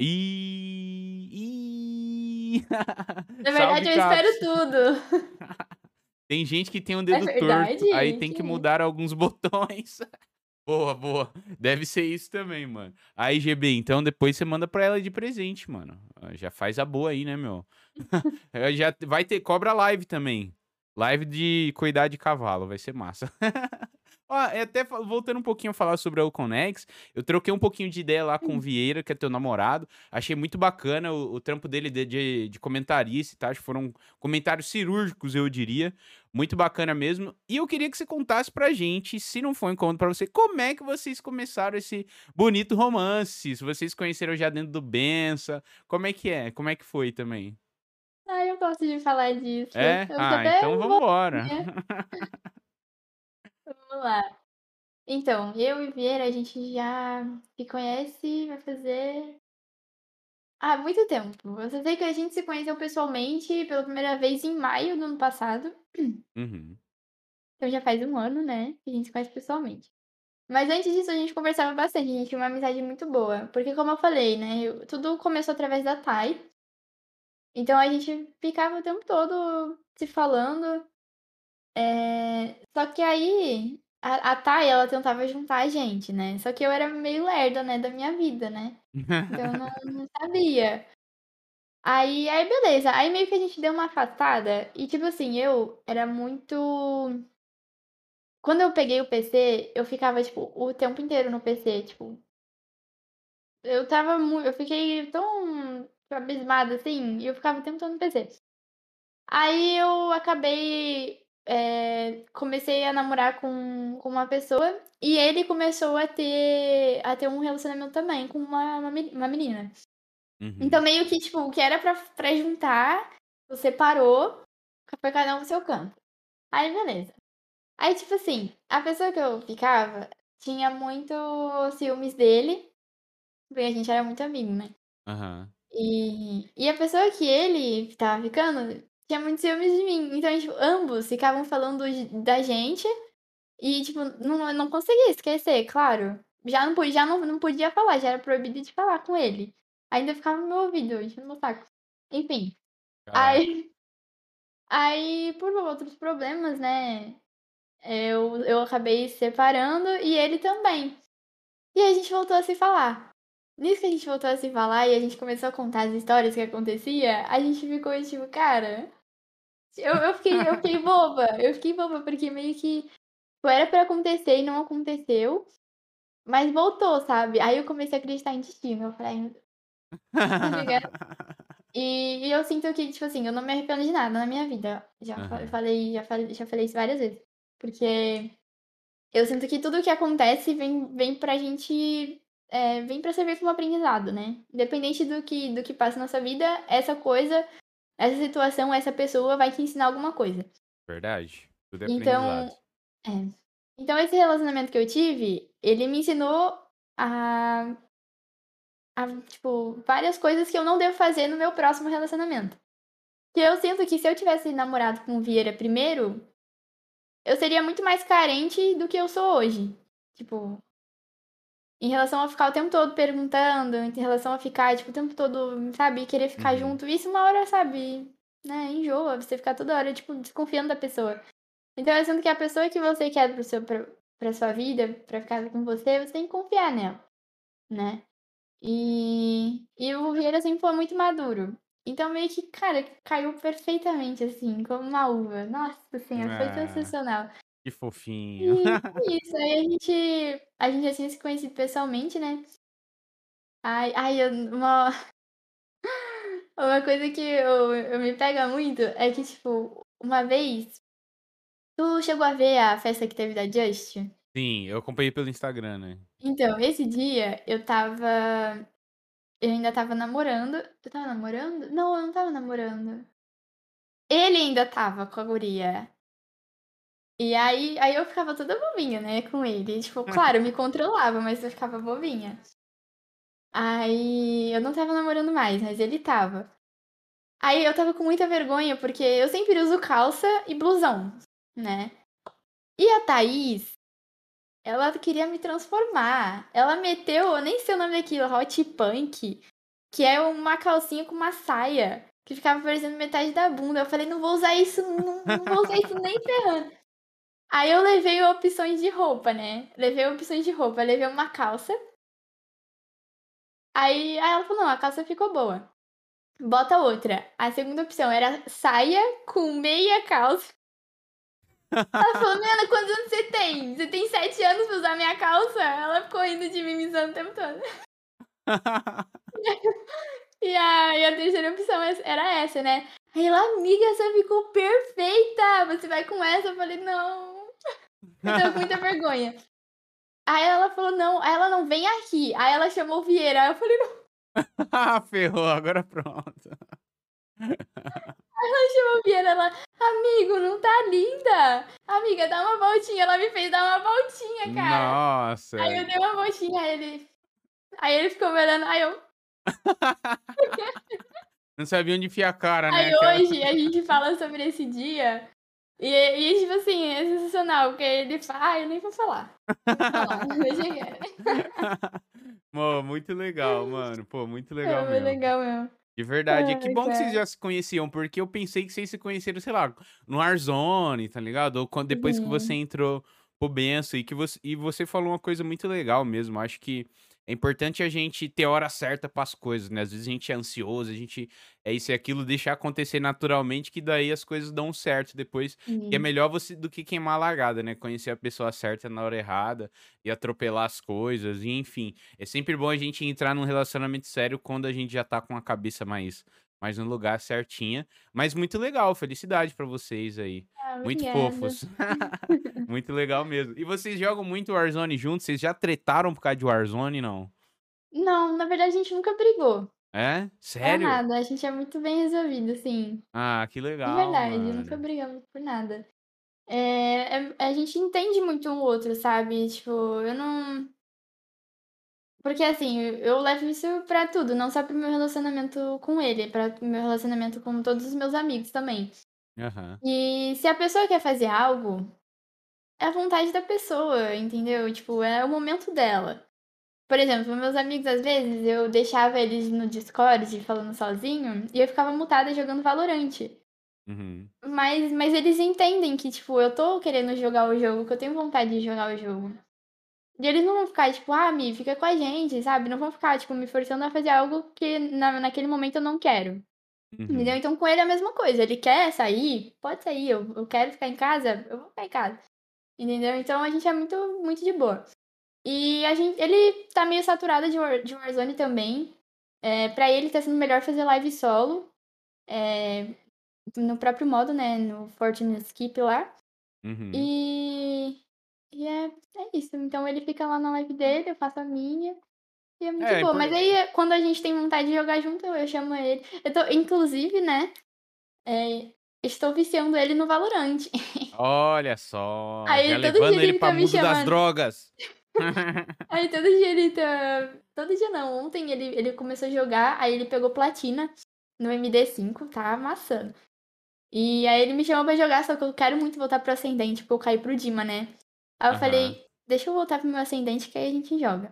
Ih! Na Salve, verdade, eu espero Caps. tudo. Tem gente que tem um É dedo torto, verdade? aí tem que Que mudar alguns botões. Boa, boa. Deve ser isso também, mano. Aí, GB, então depois você manda pra ela de presente, mano. Ah, já faz a boa aí, né, meu? Já vai ter cobra live também. Live de cuidar de cavalo, vai ser massa. Ó, até voltando um pouquinho a falar sobre a Uconex, eu troquei um pouquinho de ideia lá com o Hum, Vieira, que é teu namorado. Achei muito bacana o trampo dele de comentarista, tá? Acho que foram comentários cirúrgicos, eu diria. Muito bacana mesmo. E eu queria que você contasse pra gente, se não for incômodo pra você, como é que vocês começaram esse bonito romance? Se vocês conheceram já dentro do Bença, como é que é? Como é que foi também? Ah, eu gosto de falar disso. É? Eu fico Ah, até então vambora. boazinha. Vamos lá. Então, eu e Vieira, a gente já se conhece, vai fazer há muito tempo. Eu só sei que a gente se conheceu pessoalmente pela primeira vez em maio do ano passado. Uhum. Então já faz um ano, né, que a gente se conhece pessoalmente. Mas antes disso a gente conversava bastante, a gente tinha uma amizade muito boa. Porque como eu falei, né, tudo começou através da Thay. Então a gente ficava o tempo todo se falando. Só que aí a Thay, ela tentava juntar a gente, né? Só que eu era meio lerda, né, da minha vida, né? Então eu não sabia. Aí beleza. Aí meio que a gente deu uma afastada. E tipo assim, eu era muito. Quando eu peguei o PC, eu ficava, tipo, o tempo inteiro no PC. Tipo, eu tava muito. Eu fiquei tão abismada assim, e eu ficava o tempo todo no PC. Aí eu acabei. Comecei a namorar com uma pessoa e ele começou a ter um relacionamento também com uma menina. Então, Uhum. meio que, tipo, o que era pra juntar, você parou, foi cada um pro seu canto. Aí, beleza. Aí, tipo assim, a pessoa que eu ficava tinha muito ciúmes dele, porque a gente era muito amigo, né? Aham. E a pessoa que ele tava ficando tinha muito ciúmes de mim. Então, tipo, ambos ficavam falando da gente e, tipo, não conseguia esquecer, claro. Já não podia falar, já era proibido de falar com ele. Ainda ficava no meu ouvido, enchendo meu saco. Enfim. Caraca. Aí, aí, por outros problemas, né? Eu acabei se separando e ele também. E aí a gente voltou a se falar. Nisso que a gente voltou a se falar e a gente começou a contar as histórias que acontecia, a gente ficou tipo, cara. Eu fiquei boba. Eu fiquei boba, porque meio que tipo, era pra acontecer e não aconteceu. Mas voltou, sabe? Aí eu comecei a acreditar em destino. Eu falei, ai, meu Deus, tá ligado? E eu sinto que, tipo assim, eu não me arrependo de nada na minha vida. Aham. Já falei isso várias vezes. Porque eu sinto que tudo que acontece vem pra gente. Vem pra servir como aprendizado, né? Independente do que passa na sua vida, essa coisa, essa situação, essa pessoa vai te ensinar alguma coisa. Verdade. Tudo é aprendizado. Então, é. Então esse relacionamento que eu tive, ele me ensinou a, tipo, várias coisas que eu não devo fazer no meu próximo relacionamento. Que eu sinto que se eu tivesse namorado com o Vieira primeiro, eu seria muito mais carente do que eu sou hoje. Tipo, em relação a ficar o tempo todo perguntando, em relação a ficar, tipo, o tempo todo, sabe, querer ficar Uhum. junto. Isso uma hora, sabe, né, enjoa, você ficar toda hora, tipo, desconfiando da pessoa. Então eu sinto que a pessoa que você quer pra sua vida, pra ficar com você, você tem que confiar nela, né? E o Vieira sempre foi muito maduro. Então meio que, cara, caiu perfeitamente, assim, como uma uva. Nossa senhora, foi Ah, sensacional. que fofinho. E foi isso, aí a gente já tinha se conhecido pessoalmente, né? Uma coisa que eu me pega muito é que, tipo, uma vez, tu chegou a ver a festa que teve da Just? Sim, eu acompanhei pelo Instagram, né? Então, esse dia eu ainda tava namorando. Eu tava namorando? Não, eu não tava namorando. Ele ainda tava com a guria. E aí eu ficava toda bobinha, né, com ele. Tipo, claro, eu me controlava, mas eu ficava bobinha. Aí eu não tava namorando mais, mas ele tava. Aí eu tava com muita vergonha, porque eu sempre uso calça e blusão, né? E a Thaís, ela queria me transformar. Ela meteu, eu nem sei o nome daquilo, hot punk, que é uma calcinha com uma saia, que ficava parecendo metade da bunda. Eu falei, não vou usar isso, não vou usar isso nem ferrando. Aí eu levei opções de roupa, né? Levei opções de roupa. Levei uma calça. Aí ela falou, não, a calça ficou boa. Bota outra. A segunda opção era saia com meia calça. Ela falou, Nena, quantos anos você tem? Você tem 7 anos pra usar minha calça? Ela ficou rindo de mim, me zoando o tempo todo. E a terceira opção era essa, né? Aí ela, amiga, essa ficou perfeita! Você vai com essa? Eu falei, não. Eu tava com muita vergonha. Aí ela falou, não. Aí ela não, vem aqui. Aí ela chamou o Vieira. Aí eu falei, não. Ferrou, agora pronto. Eu vi ela, amigo, não tá linda? Amiga, dá uma voltinha. Ela me fez dar uma voltinha, cara. Aí Nossa. eu dei uma voltinha, aí ele ficou me olhando, Não sabia onde enfiar a cara, né? aí Aquela. hoje a gente fala sobre esse dia, tipo assim, é sensacional, porque ele fala, eu nem vou falar, não vou falar, deixa quieto. Pô, muito legal, mano. Pô, muito É legal muito mesmo. legal mesmo. De verdade. E que Ai, bom que vocês cara. já se conheciam, porque eu pensei que vocês se conheceram, sei lá, no Warzone, tá ligado? Ou quando, depois que você Uhum. entrou pro Benção e você falou uma coisa muito legal mesmo. Acho que é importante a gente ter hora certa para as coisas, né? Às vezes a gente é ansioso, a gente é isso e aquilo, deixar acontecer naturalmente, que daí as coisas dão certo depois. E é Sim. melhor você do que queimar a largada, né? Conhecer a pessoa certa na hora errada e atropelar as coisas, e enfim. É sempre bom a gente entrar num relacionamento sério quando a gente já tá com a cabeça mais no lugar certinha. Mas muito legal, felicidade pra vocês aí. Ah, Muito obrigada. fofos. Muito legal mesmo. E vocês jogam muito Warzone juntos? Vocês já tretaram por causa de Warzone, não? Não, na verdade a gente nunca brigou, É? pra Sério? nada, a gente é muito bem resolvido, assim, Ah, que de legal, verdade, nunca mano. brigamos por nada. A gente entende muito um outro, sabe, tipo, eu não porque assim, eu levo isso pra tudo, não só pro meu relacionamento com ele, pra meu relacionamento com todos os meus amigos também. Aham. E se a pessoa quer fazer algo, é a vontade da pessoa, entendeu? Tipo, é o momento dela. Por exemplo, meus amigos, às vezes, eu deixava eles no Discord falando sozinho e eu ficava mutada jogando Valorant. Uhum. Mas eles entendem que, tipo, eu tô querendo jogar o jogo, que eu tenho vontade de jogar o jogo. E eles não vão ficar, tipo, Mi, fica com a gente, sabe? Não vão ficar, tipo, me forçando a fazer algo que naquele momento eu não quero. Entendeu? Uhum. Então com ele é a mesma coisa. Ele quer sair, pode sair. Eu quero ficar em casa, eu vou ficar em casa. Entendeu? Então a gente é muito, muito de boa. E ele tá meio saturado de Warzone também. Pra ele tá sendo melhor fazer live solo. No próprio modo, né? No Fortnite Skip lá. Uhum. E. E é isso. Então ele fica lá na live dele, eu faço a minha. E é muito É, boa. Mas aí, quando a gente tem vontade de jogar junto, eu chamo ele. Inclusive, né? é, Estou viciando ele no Valorant. olha só, já Aí todo dia levando ele ele pra tá me mundo das chamando. drogas. Aí todo dia ele tá. Todo dia não. Ontem ele começou a jogar, aí ele pegou platina no MD5, tá amassando. E aí ele me chamou pra jogar, só que eu quero muito voltar pro Ascendente, porque eu caí pro Dima, né? Aí eu Aham. falei, deixa eu voltar pro meu Ascendente que aí a gente joga.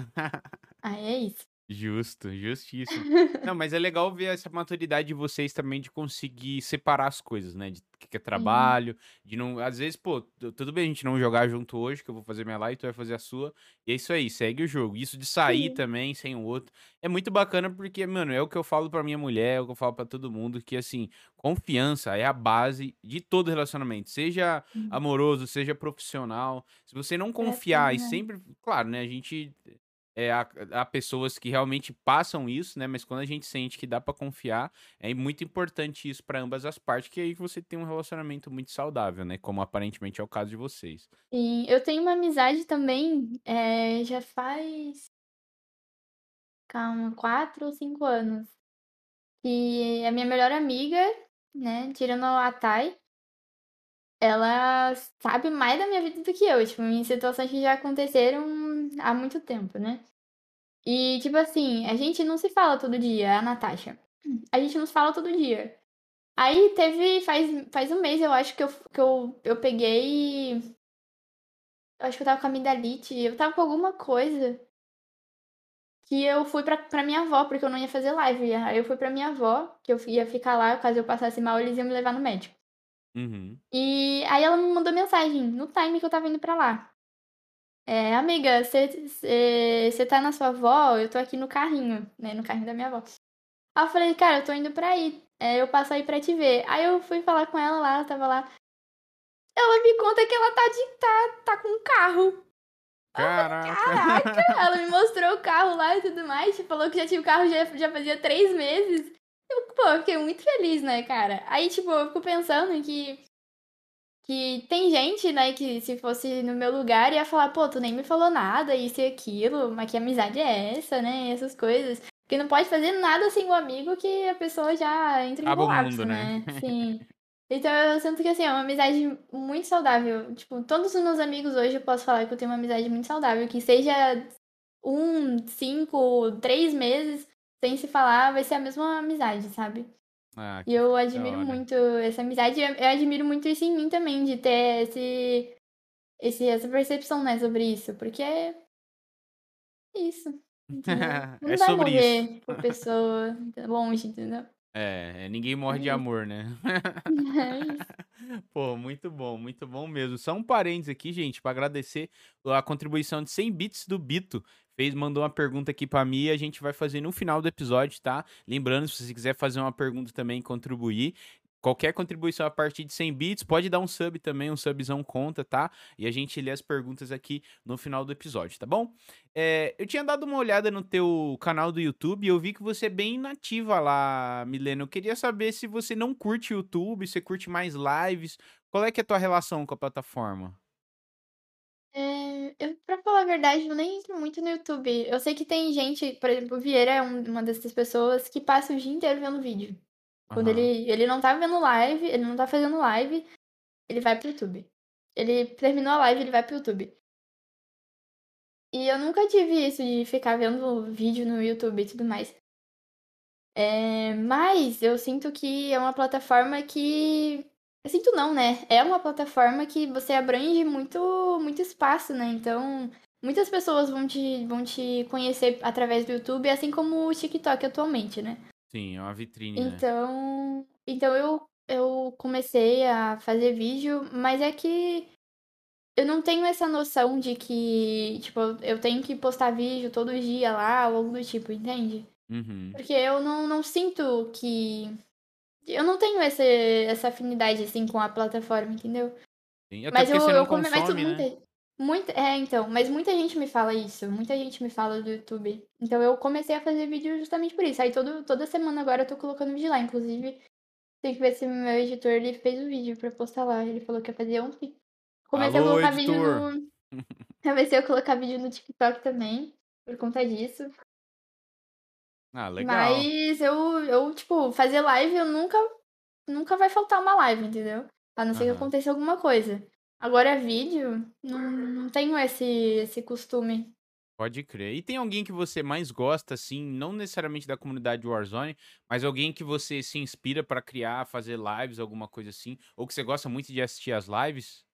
Aí é isso. Justo, justíssimo. Não, mas é legal ver essa maturidade de vocês também de conseguir separar as coisas, né? De que é Sim, trabalho, de não. Às vezes, pô, tudo bem a gente não jogar junto hoje, que eu vou fazer minha live, tu vai fazer a sua. E é isso aí, segue o jogo. Isso de sair sim. também sem o outro é muito bacana porque, mano, é o que eu falo pra minha mulher, é o que eu falo pra todo mundo, que assim, confiança é a base de todo relacionamento, seja amoroso, seja profissional. Se você não É tudo, confiar e né? sempre, claro, né? A gente há pessoas que realmente passam isso, né? Mas quando a gente sente que dá pra confiar, é muito importante isso pra ambas as partes, que aí você tem um relacionamento muito saudável, né? Como aparentemente é o caso de vocês. Sim, eu tenho uma amizade também, já faz, calma, 4 ou 5 anos. E a minha melhor amiga, né, tirando a Thay, ela sabe mais da minha vida do que eu, tipo, em situações que já aconteceram há muito tempo, né? E, tipo assim, a gente não se fala todo dia, a Natasha. A gente não se fala todo dia. Aí faz um mês, eu acho que eu peguei. Eu acho que eu tava com a amidalite, eu tava com alguma coisa. Que eu fui pra minha avó, porque eu não ia fazer live. Aí eu fui pra minha avó, que eu ia ficar lá, caso eu passasse mal, eles iam me levar no médico. Uhum. E aí ela me mandou mensagem no time que eu tava indo pra lá. Amiga, você tá na sua avó? Eu tô aqui no carrinho, né? No carrinho da minha avó. Aí eu falei, cara, eu tô indo pra aí. Eu passo aí pra te ver. Aí eu fui falar com ela lá, ela tava lá. Ela me conta que ela tá com um carro. Caraca. Caraca! Ela me mostrou o carro lá e tudo mais. Falou que já tinha o carro já fazia 3 meses. Eu fiquei muito feliz, né, cara? Aí, tipo, eu fico pensando que tem gente, né, que se fosse no meu lugar ia falar, pô, tu nem me falou nada, isso e aquilo, mas que amizade é essa, né? Essas coisas. Porque não pode fazer nada sem o amigo que a pessoa já entra em Acaba o mundo, colapso, né? né? Sim. Então eu sinto que assim, é uma amizade muito saudável. Tipo, todos os meus amigos hoje eu posso falar que eu tenho uma amizade muito saudável, que seja 5, 3 meses sem se falar, vai ser a mesma amizade, sabe? Ah, E que eu da admiro hora. muito essa amizade. E eu admiro muito isso em mim também, de ter essa percepção, né, sobre isso. Porque é isso, entendeu? Você É não vai sobre isso. morrer por pessoa longe, entendeu? Ninguém morre É de isso. amor, né? É isso. Pô, muito bom mesmo. Só um parênteses aqui, gente, pra agradecer a contribuição de 100 bits do Bito. Mandou uma pergunta aqui pra mim e a gente vai fazer no final do episódio, tá? Lembrando, se você quiser fazer uma pergunta também, contribuir. Qualquer contribuição a partir de 100 bits, pode dar um sub também, um subzão conta, tá? E a gente lê as perguntas aqui no final do episódio, tá bom? Eu tinha dado uma olhada no teu canal do YouTube e eu vi que você é bem nativa lá, Milena. Eu queria saber se você não curte YouTube, se você curte mais lives. Qual é que é a tua relação com a plataforma? Pra falar a verdade, eu nem entro muito no YouTube. Eu sei que tem gente, por exemplo, o Vieira é uma dessas pessoas que passa o dia inteiro vendo vídeo. Quando Aham. ele não tá vendo live, ele não tá fazendo live, ele vai pro YouTube. Ele terminou a live, ele vai pro YouTube. E eu nunca tive isso de ficar vendo vídeo no YouTube e tudo mais. Mas eu sinto que é uma plataforma que. Eu sinto não, né? É uma plataforma que você abrange muito espaço, né? Então, muitas pessoas vão te conhecer através do YouTube, assim como o TikTok atualmente, né? Sim, é uma vitrine, né? Então eu comecei a fazer vídeo, mas é que eu não tenho essa noção de que, tipo, eu tenho que postar vídeo todo dia lá ou algo do tipo, entende? Uhum. Porque eu não sinto que. Eu não tenho essa afinidade, assim, com a plataforma, entendeu? Sim. Até Mas porque você não mas consome, né? então, mas muita gente me fala isso, muita gente me fala do YouTube. Então eu comecei a fazer vídeo justamente por isso. Aí toda semana agora eu tô colocando vídeo lá. Inclusive, tem que ver se meu editor ele fez o vídeo pra postar lá. Ele falou que ia fazer ontem. Comecei a Alô, colocar vídeo editor. no. Comecei a colocar vídeo no TikTok também, por conta disso. Ah, legal. Mas tipo, fazer live eu nunca vai faltar uma live, entendeu? A não ser que Aham. aconteça alguma coisa. Agora, vídeo, não tenho esse costume. Pode crer. E tem alguém que você mais gosta, assim, não necessariamente da comunidade Warzone, mas alguém que você se inspira pra criar, fazer lives, alguma coisa assim, ou que você gosta muito de assistir as lives?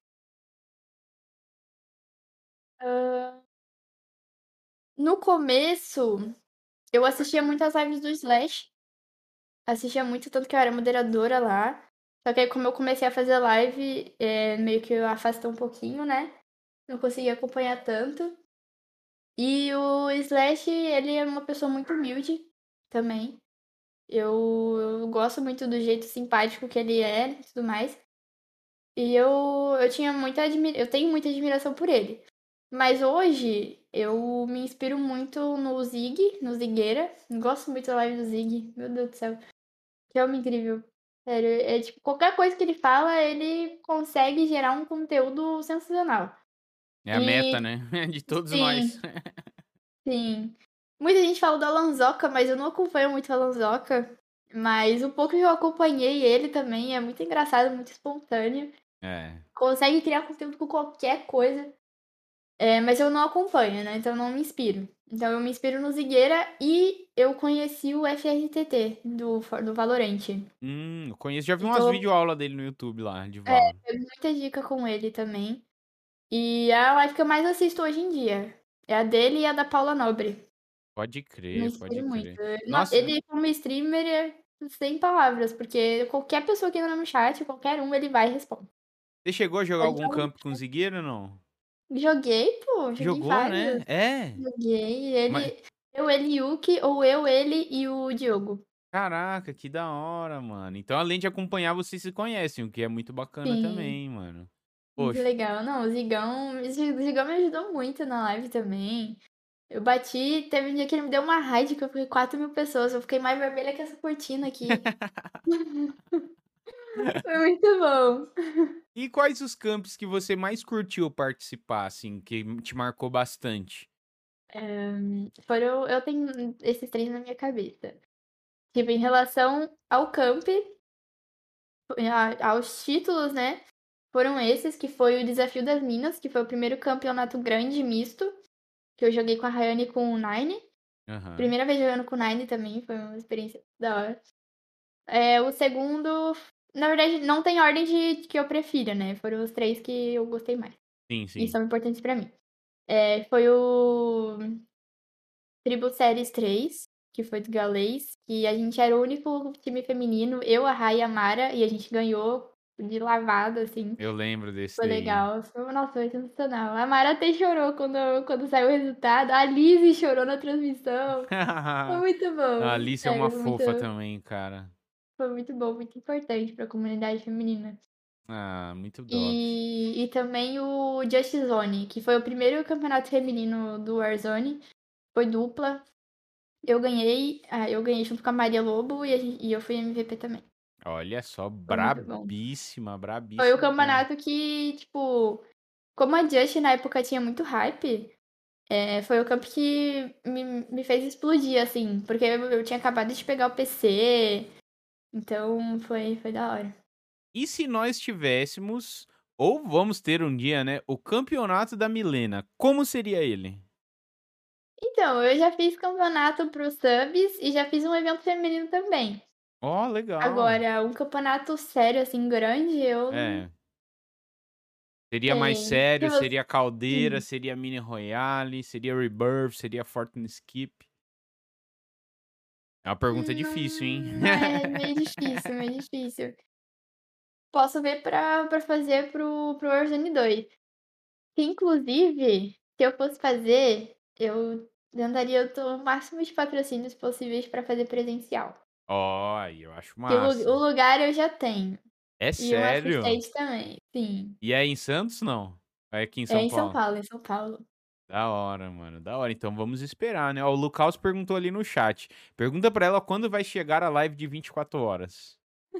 Ah, no começo, eu assistia muitas lives do Slash. Assistia muito, tanto que eu era moderadora lá. Só que aí, como eu comecei a fazer live, meio que eu afastou um pouquinho, né? Não conseguia acompanhar tanto. E o Slash, ele é uma pessoa muito humilde também. Eu gosto muito do jeito simpático que ele é e tudo mais. E eu tenho muita admiração por ele. Mas hoje eu me inspiro muito no Zig, no Zigueira. Gosto muito da live do Zig, meu Deus do céu. Que homem incrível. Sério, é tipo, qualquer coisa que ele fala, ele consegue gerar um conteúdo sensacional. É a meta, E né? De todos nós. sim, sim. Muita gente fala do Alanzoca, mas eu não acompanho muito o Alanzoca. Mas o pouco que eu acompanhei ele também é muito engraçado, muito espontâneo. É. Consegue criar conteúdo com qualquer coisa. Mas eu não acompanho, né? Então eu não me inspiro. Então eu me inspiro no Zigueira e eu conheci o FRTT do Valorant. Eu conheço, já vi umas Então videoaulas dele no YouTube lá, de é, Valorant. é muita dica com ele também. E a live que eu mais assisto hoje em dia é a dele e a da Paula Nobre. Pode Me crer, pode inspiro muito. crer. Nossa, Ele, como streamer, é sem palavras, porque qualquer pessoa que entra no chat, qualquer um, ele vai e responde. você chegou a jogar Ele algum joga- campo com Zigueira ou não? Joguei, pô, joguei Jogou, né? vários. É. Joguei. Mas, Ele, Yuki, ou ele e o Diogo. caraca, que da hora, mano. Então, além de acompanhar, vocês se conhecem, o que é muito bacana Sim, também, mano. muito Poxa. legal. Não, o Zigão me ajudou muito na live também. Eu bati, teve um dia que ele me deu uma raid que eu fiquei 4.000 pessoas. Eu fiquei mais vermelha que essa cortina aqui. Foi muito bom. E quais os campos que você mais curtiu participar, assim, que te marcou bastante? Eu tenho esses 3 na minha cabeça. Tipo, em relação ao camp, aos títulos, né, foram esses, que foi o Desafio das Minas, que foi o primeiro campeonato grande misto, que eu joguei com a Rayane e com o Nine. Aham. Primeira vez jogando com o Nine também, foi uma experiência da hora. O segundo, na verdade, não tem ordem de que eu prefira, né, foram os 3 que eu gostei mais, Sim, e sim. são importantes pra mim. Foi o Tribo Series 3, que foi do Galês, que a gente era o único time feminino, eu, a Rai e a Mara, e a gente ganhou de lavada, assim. Eu lembro desse Foi daí. legal. Nossa, foi sensacional. A Mara até chorou quando saiu o resultado. A Lizzie chorou na transmissão. Foi muito A bom. Alice é uma Sério, fofa também, cara. foi muito bom, muito importante pra comunidade feminina. Ah, muito top. E também o Just Zone, que foi o primeiro campeonato feminino do Warzone. Foi dupla. Eu ganhei junto com a Maria Lobo e eu fui MVP também. Olha só, Foi muito bom. brabíssima, Foi o brabíssima mesmo. campeonato que, tipo, como a Just na época tinha muito hype, foi o campo que me fez explodir, assim, porque eu tinha acabado de pegar o PC, então foi da hora. E se nós tivéssemos, ou vamos ter um dia, né, o campeonato da Milena, como seria ele? Então, eu já fiz campeonato pro subs e já fiz um evento feminino também. Ó, legal. Agora, um campeonato sério, assim, grande, eu não É, seria mais sei. sério, E você? seria Caldeira, Hum. seria Mini Royale, seria Rebirth, seria Fortune Skip. É uma pergunta difícil, hein? Não, é meio difícil, meio difícil. Posso ver pra fazer pro Warzone 2. Que inclusive, se eu fosse fazer, eu tentaria o máximo de patrocínios possíveis pra fazer presencial. Ó, aí eu acho Que o massa. lugar eu já tenho. É E o sério? assistente também, sim. E é em Santos, não? É aqui em É São em São Paulo? Paulo, em São Paulo. Da hora, mano. Da hora. Então vamos esperar, né? Ó, o Lucas perguntou ali no chat. Pergunta pra ela quando vai chegar a live de 24 horas.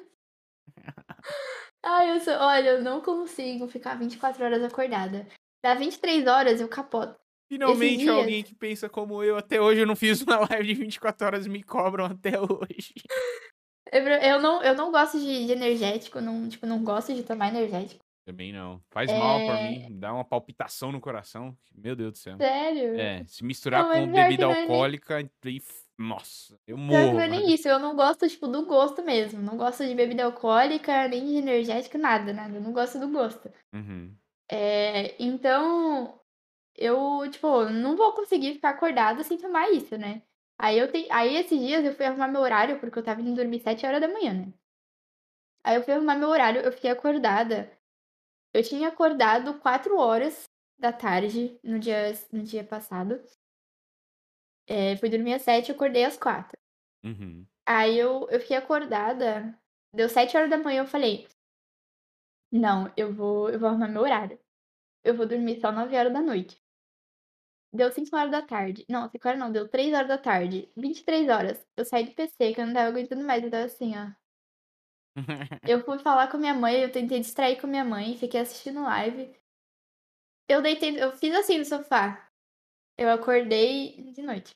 Olha, eu não consigo ficar 24 horas acordada. Dá 23 horas eu capoto. Esses Finalmente dias, alguém que pensa como eu. Até hoje eu não fiz uma live de 24 horas e me cobram até hoje. eu não gosto de energético, não, tipo, não gosto de tomar energético. Também não. Faz mal pra mim. É. Dá uma palpitação no coração. Meu Deus do céu. Sério? É, se misturar Não, com mas pior que bebida não é nem. alcoólica, aí, nossa, eu Pior que não morro, é mano. nem isso. Eu não gosto, tipo, do gosto mesmo. Não gosto de bebida alcoólica, nem de energético, nada, nada. Eu não gosto do gosto. Uhum. Então, eu, tipo, não vou conseguir ficar acordada sem tomar isso, né? Aí esses dias eu fui arrumar meu horário, porque eu tava indo dormir 7 horas da manhã, né? Aí eu fui arrumar meu horário, eu fiquei acordada. Eu tinha acordado 4 horas da tarde no dia passado. Fui dormir às 7 e acordei às 4. Uhum. Aí eu fiquei acordada, deu 7 horas da manhã, eu falei: "Não, eu vou arrumar meu horário. Eu vou dormir só 9 horas da noite". Deu 5 horas da tarde. Não, 5 horas não, deu 3 horas da tarde. 23 horas. Eu saí do PC, que eu não tava aguentando mais, eu tava assim, ó. Eu fui falar com a minha mãe, eu tentei distrair com a minha mãe, fiquei assistindo live. Eu fiz assim no sofá. Eu acordei de noite.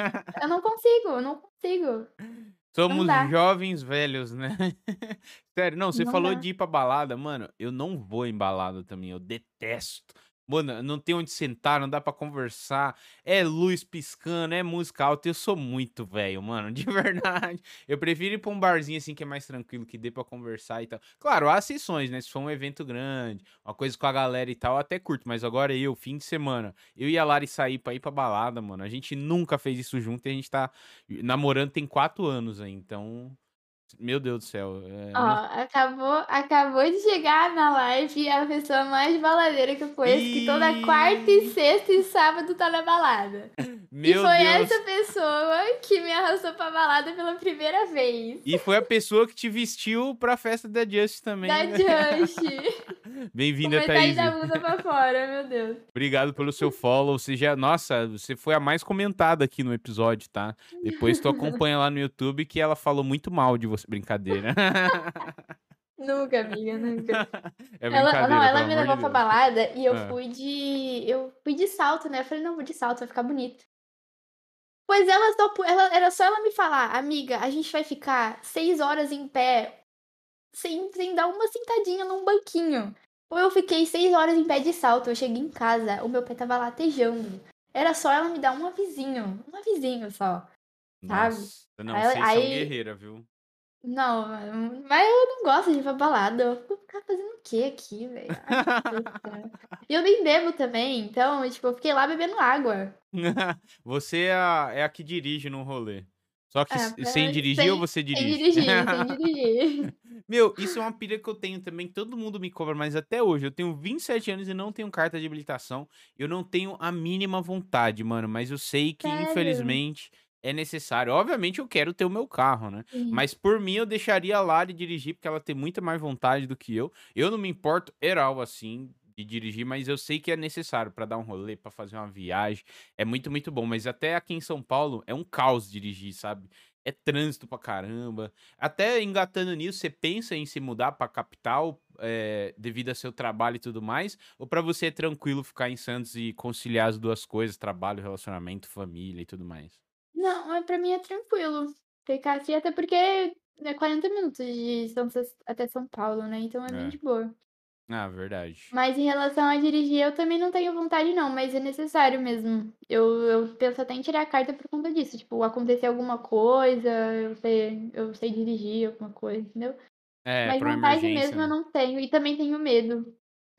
Eu não consigo. Não Somos dá, jovens velhos, né? Sério, não, você não falou dá. de ir pra balada, mano. Eu não vou em balada também, eu detesto. Mano, não tem onde sentar, não dá pra conversar. É luz piscando, é música alta. Eu sou muito velho, mano, de verdade. Eu prefiro ir pra um barzinho assim que é mais tranquilo, que dê pra conversar e tal. Claro, há sessões, né? Se for um evento grande, uma coisa com a galera e tal, eu até curto. Mas agora eu, fim de semana, eu e a Lari sair pra ir pra balada, mano. A gente nunca fez isso junto e a gente tá namorando tem 4 anos aí, então, meu Deus do céu, Ó, acabou de chegar na live a pessoa mais baladeira que eu conheço, que toda quarta e E sexta e sábado tá na balada. E meu foi essa Deus. pessoa que me arrastou pra balada pela primeira vez. E foi a pessoa que te vestiu pra festa da Just Da também, né. Just. Com Bem-vinda, metade Thaís. da blusa pra fora, meu Deus. Obrigado pelo seu follow, você já nossa, você foi a mais comentada aqui no episódio, tá. Depois tu acompanha lá no YouTube que ela falou muito mal de você brincadeira. Nunca, amiga, nunca. É Ela não, brincadeira, pelo ela me amor de levou pra Deus. balada e eu Hã. fui de salto, né, eu falei: "Não, vou de salto, vai ficar bonito". Pois era só ela me falar: "Amiga, a gente vai ficar 6 horas em pé, sem dar uma sentadinha num banquinho". Ou eu fiquei 6 horas em pé de salto, eu cheguei em casa, o meu pé estava latejando. Era só ela me dar um avisinho só, sabe. Nossa, não, Aí ela vocês são aí guerreira, viu. não, mas eu não gosto de ir pra balada, eu fico: "Ficar fazendo o quê aqui, velho? Ai, meu Deus do céu". E eu nem bebo também, então, tipo, eu fiquei lá bebendo água. Você é a que dirige no rolê. Só que Ah, sem dirigir ou sem você sem dirige? dirigir, sem dirigir. Meu, isso é uma pira que eu tenho também, todo mundo me cobra, mas até hoje, eu tenho 27 anos e não tenho carta de habilitação, eu não tenho a mínima vontade, mano, mas eu sei que Sério? infelizmente é necessário. Obviamente eu quero ter o meu carro, né, Sim. mas por mim eu deixaria a Lari dirigir, porque ela tem muita mais vontade do que eu não me importo at all, assim, de dirigir, mas eu sei que é necessário pra dar um rolê, pra fazer uma viagem, é muito, muito bom, mas até aqui em São Paulo é um caos dirigir, sabe, é trânsito pra caramba, até engatando nisso, você pensa em se mudar pra capital, devido a seu trabalho e tudo mais? Ou pra você é tranquilo ficar em Santos e conciliar as 2 coisas, trabalho, relacionamento, família e tudo mais? Não, mas pra mim é tranquilo ficar aqui, até porque é 40 minutos de Santos até São Paulo, né, então é bem É. de boa. Ah, verdade. Mas em relação a dirigir, eu também não tenho vontade não, mas é necessário mesmo. Eu penso até em tirar a carta por conta disso, tipo, acontecer alguma coisa, eu sei dirigir alguma coisa, entendeu. É, Mas pra uma vontade emergência, mesmo eu né. não tenho e também tenho medo,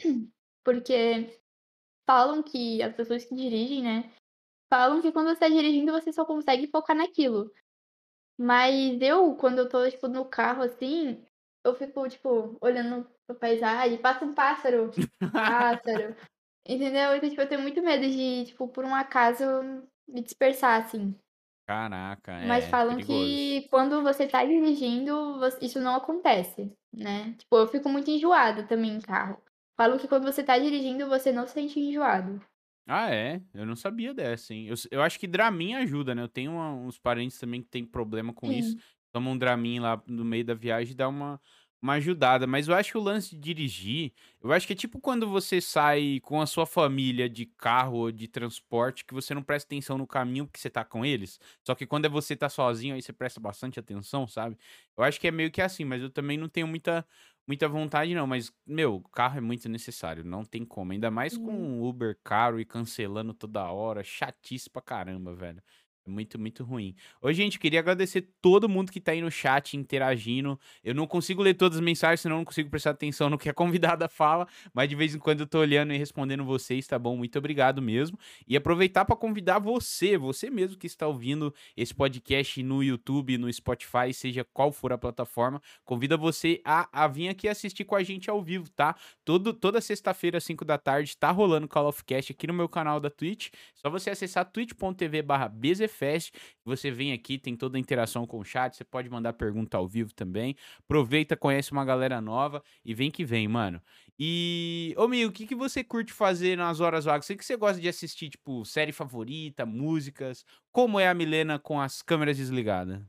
porque falam que as pessoas que dirigem, né, falam que quando você tá dirigindo você só consegue focar naquilo. Mas eu, quando eu tô, tipo, no carro, assim, eu fico, tipo, olhando pra paisagem, passa um pássaro, entendeu? Então, tipo, eu tenho muito medo de, tipo, por um acaso me dispersar, assim. Caraca, Mas é falam perigoso. que quando você tá dirigindo, isso não acontece, né? Tipo, eu fico muito enjoada também em carro. Falam que quando você tá dirigindo, você não se sente enjoado. Ah, é? Eu não sabia dessa, hein. Eu acho que Dramin ajuda, né, eu tenho uns parentes também que têm problema com isso, Sim. toma um Dramin lá no meio da viagem e dá uma ajudada, mas eu acho que o lance de dirigir, eu acho que é tipo quando você sai com a sua família de carro ou de transporte que você não presta atenção no caminho porque você tá com eles, só que quando é você tá sozinho, aí você presta bastante atenção, sabe. Eu acho que é meio que assim, mas eu também não tenho muita vontade não, mas, meu, carro é muito necessário, não tem como, ainda mais Sim. com Uber caro e cancelando toda hora, chatice pra caramba, velho. É muito, muito ruim. Ô, gente, queria agradecer todo mundo que tá aí no chat interagindo. Eu não consigo ler todas as mensagens, senão eu não consigo prestar atenção no que a convidada fala, mas de vez em quando eu tô olhando e respondendo vocês, tá bom? Muito obrigado mesmo. E aproveitar para convidar você mesmo que está ouvindo esse podcast no YouTube, no Spotify, seja qual for a plataforma, convida você a vir aqui assistir com a gente ao vivo, tá? Toda sexta-feira, às 5 da tarde, tá rolando Call of Cast aqui no meu canal da Twitch. Só você acessar twitch.tv/bzfest. Você vem aqui, tem toda a interação com o chat. Você pode mandar pergunta ao vivo também. Aproveita, conhece uma galera nova e vem que vem, mano. E, ô, Mil, o que que você curte fazer nas horas vagas? Sei que você gosta de assistir, tipo, série favorita, músicas. Como é a Milena com as câmeras desligadas?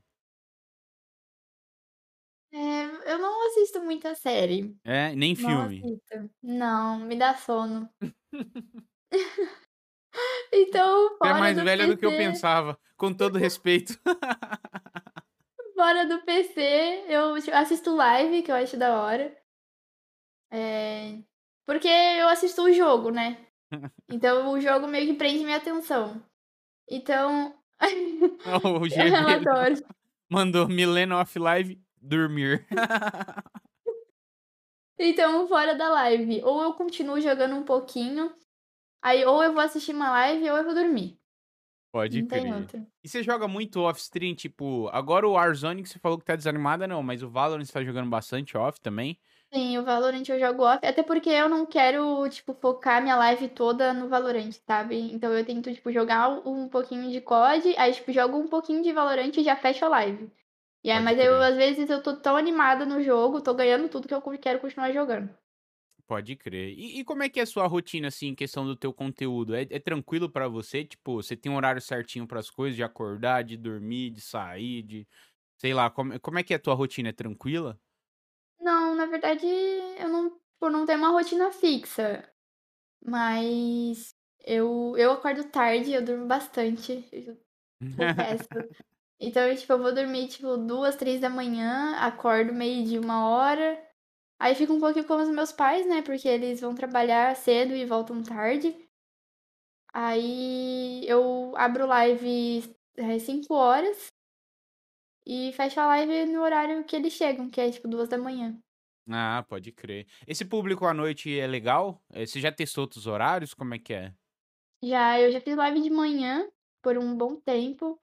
Eu não assisto muita série. É, nem Não filme. assisto. Não, me dá sono. Então, Você é fora mais do velha do que eu PC pensava, com todo respeito. fora do PC, eu assisto live, que eu acho da hora. Eh, Porque eu assisto o jogo, né. Então o jogo meio que prende minha atenção. Então O G eu dele adoro. mandou Milena off live, dormir. Então fora da live, ou eu continuo jogando um pouquinho, aí ou eu vou assistir uma live ou eu vou dormir. Pode Não tem crer. outra. E você joga muito off-stream, tipo, agora o Warzone que você falou que tá desanimada, não, mas o Valorant você tá jogando bastante off também? Sim, o Valorant eu jogo off, até porque eu não quero, tipo, focar minha live toda no Valorant, sabe. Então eu tento, tipo, jogar um pouquinho de COD, aí, tipo, jogo um pouquinho de Valorant e já fecho a live. E aí Pode mas eu, crer. às vezes, eu tô tão animada no jogo, tô ganhando tudo que eu quero continuar jogando. Pode crer. E como é que é a sua rotina, assim, em questão do teu conteúdo? É tranquilo pra você? Tipo, você tem um horário certinho pras coisas, de acordar, de dormir, de sair, de sei lá, como é que é a tua rotina? É tranquila? Não, na verdade, eu não por não ter uma rotina fixa, mas eu acordo tarde, eu durmo bastante, eu confesso. Então, tipo, eu vou dormir, tipo, 2, 3 da manhã, acordo meio-dia, 1 hora, aí fico um pouquinho com os meus pais, né, porque eles vão trabalhar cedo e voltam tarde. Aí eu abro live, 5 horas e fecho a live no horário que eles chegam, que é, tipo, 2 da manhã. Ah, pode crer. Esse público à noite é legal? Você já testou outros horários? Como é que é? Eu já fiz live de manhã por um bom tempo.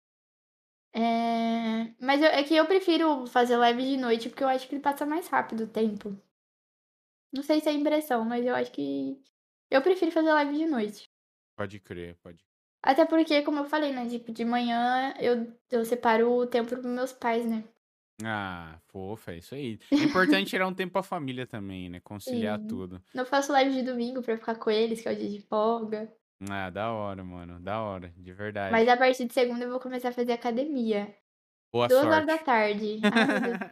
Mas é que eu prefiro fazer live de noite, porque eu acho que passa mais rápido o tempo. Não sei se é impressão, mas eu acho que eu prefiro fazer live de noite. Pode crer, pode. Até porque, como eu falei, né, tipo, de manhã eu separo o tempo pros meus pais, né. Ah, fofa, é isso aí. É importante tirar um tempo pra família também, né? Conciliar Sim. tudo. Não faço live de domingo pra ficar com eles, que é o dia de folga. Ah, da hora, mano. Da hora, de Mas verdade. a partir de segunda eu vou começar a fazer academia. Boa 2 horas da sorte. tarde. Ai, meu Deus.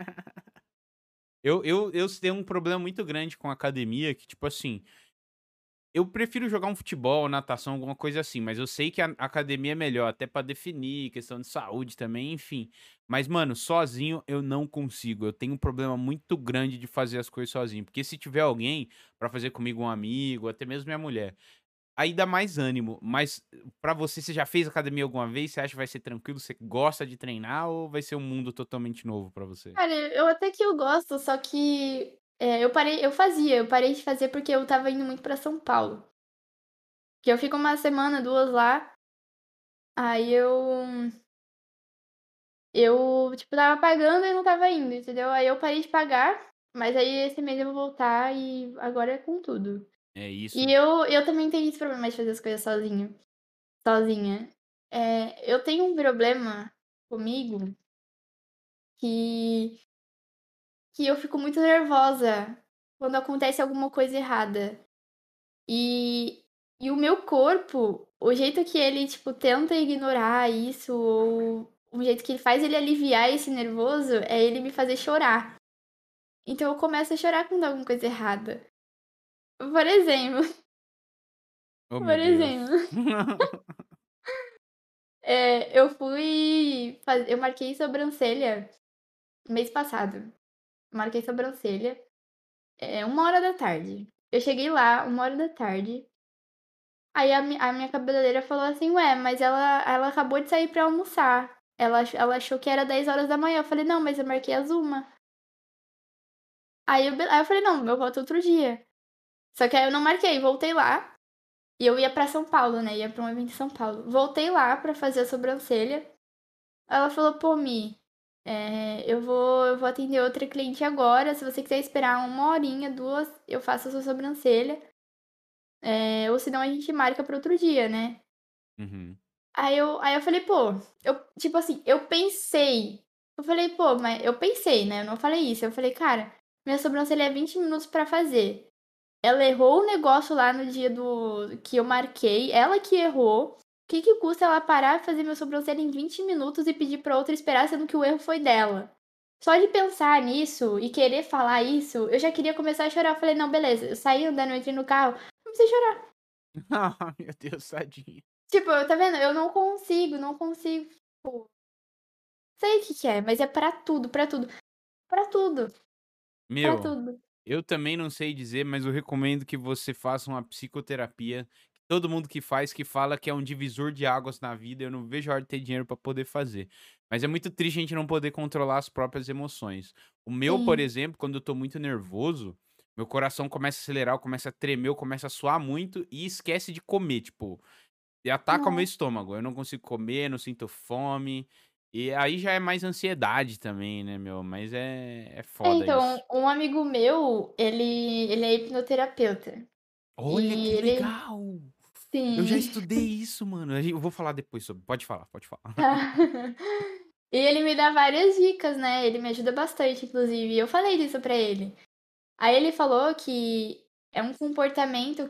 Eu tenho um problema muito grande com academia, que, tipo assim, eu prefiro jogar um futebol, natação, alguma coisa assim, mas eu sei que a academia é melhor, até pra definir, questão de saúde também, enfim. Mas, mano, sozinho eu não consigo. Eu tenho um problema muito grande de fazer as coisas sozinho, porque se tiver alguém pra fazer comigo, um amigo, até mesmo minha mulher, aí dá mais ânimo. Mas pra você, você já fez academia alguma vez? Você acha que vai ser tranquilo? Você gosta de treinar ou vai ser um mundo totalmente novo pra você? Cara, eu até que eu gosto, só que, eu parei de fazer porque eu estava indo muito pra São Paulo. Que eu fico 1 semana, 2 lá, aí eu, tipo, estava pagando e não estava indo, entendeu? Aí eu parei de pagar, mas aí esse mês eu vou voltar e agora é com tudo. É E isso. eu também tenho esse problema de fazer as coisas sozinha. Eu tenho um problema comigo que que eu fico muito nervosa quando acontece alguma coisa errada. E e o meu corpo, o jeito que ele, tipo, tenta ignorar isso ou o jeito que ele faz ele aliviar esse nervoso é ele me fazer chorar. Então eu começo a chorar quando dá alguma coisa errada. Por exemplo, Oh, por meu Deus. exemplo, eu marquei sobrancelha mês passado. Marquei sobrancelha, 1 hora da tarde. Eu cheguei lá 1 hora da tarde. Aí a minha cabeleireira falou assim: "Ué, mas ela acabou de sair pra almoçar. Ela achou que era 10 horas da manhã". Eu falei: "Não, mas eu marquei às 1h". Aí eu falei: "Não, eu volto outro dia". Só que aí eu não marquei, voltei lá, e eu ia pra São Paulo, né, ia pra um evento em São Paulo. Voltei lá pra fazer a sobrancelha. Ela falou: "Pô, Mi, eu vou atender outra cliente agora, se você quiser esperar 1 horinha, 2, eu faço a sua sobrancelha, ou senão a gente marca pra outro dia, né". Uhum. Aí eu falei: "Pô", tipo assim, eu falei: "Pô", mas eu pensei, né, eu não falei isso, eu falei: "Cara, minha sobrancelha é 20 minutos pra fazer. Ela errou o negócio lá no dia do que eu marquei, ela que errou. O que que custa ela parar e fazer minha sobrancelha em 20 minutos e pedir pra outra esperar, sendo que o erro foi dela?". Só de pensar nisso e querer falar isso, eu já queria começar a chorar. Eu falei: "Não, beleza". Eu saí andando, eu entrei no carro, comecei a chorar. Ah, meu Deus, tadinho. Tipo, tá vendo? Eu não consigo, tipo, sei o que que é, mas é pra tudo, pra tudo, pra tudo, pra Meu, tudo. eu também não sei dizer, mas eu recomendo que você faça uma psicoterapia. Todo mundo que faz, que fala que é um divisor de águas na vida, eu não vejo a hora de ter dinheiro pra poder fazer. Mas é muito triste a gente não poder controlar as próprias emoções. O meu, por Sim. exemplo, quando eu tô muito nervoso, meu coração começa a acelerar, eu começo a tremer, eu começo a suar muito e esquece de comer, tipo, e ataca o meu Nossa. estômago. Eu não consigo comer, não sinto fome. E aí já é mais ansiedade também, né, meu? Mas é foda Então, isso. um amigo meu, ele é hipnoterapeuta. Olha E que ele legal! Eu já sim. estudei isso, mano. Eu vou falar depois sobre. Pode falar, pode falar. Tá. E ele me dá várias dicas, né, ele me ajuda bastante, inclusive, e eu falei disso pra ele. Aí ele falou que é um comportamento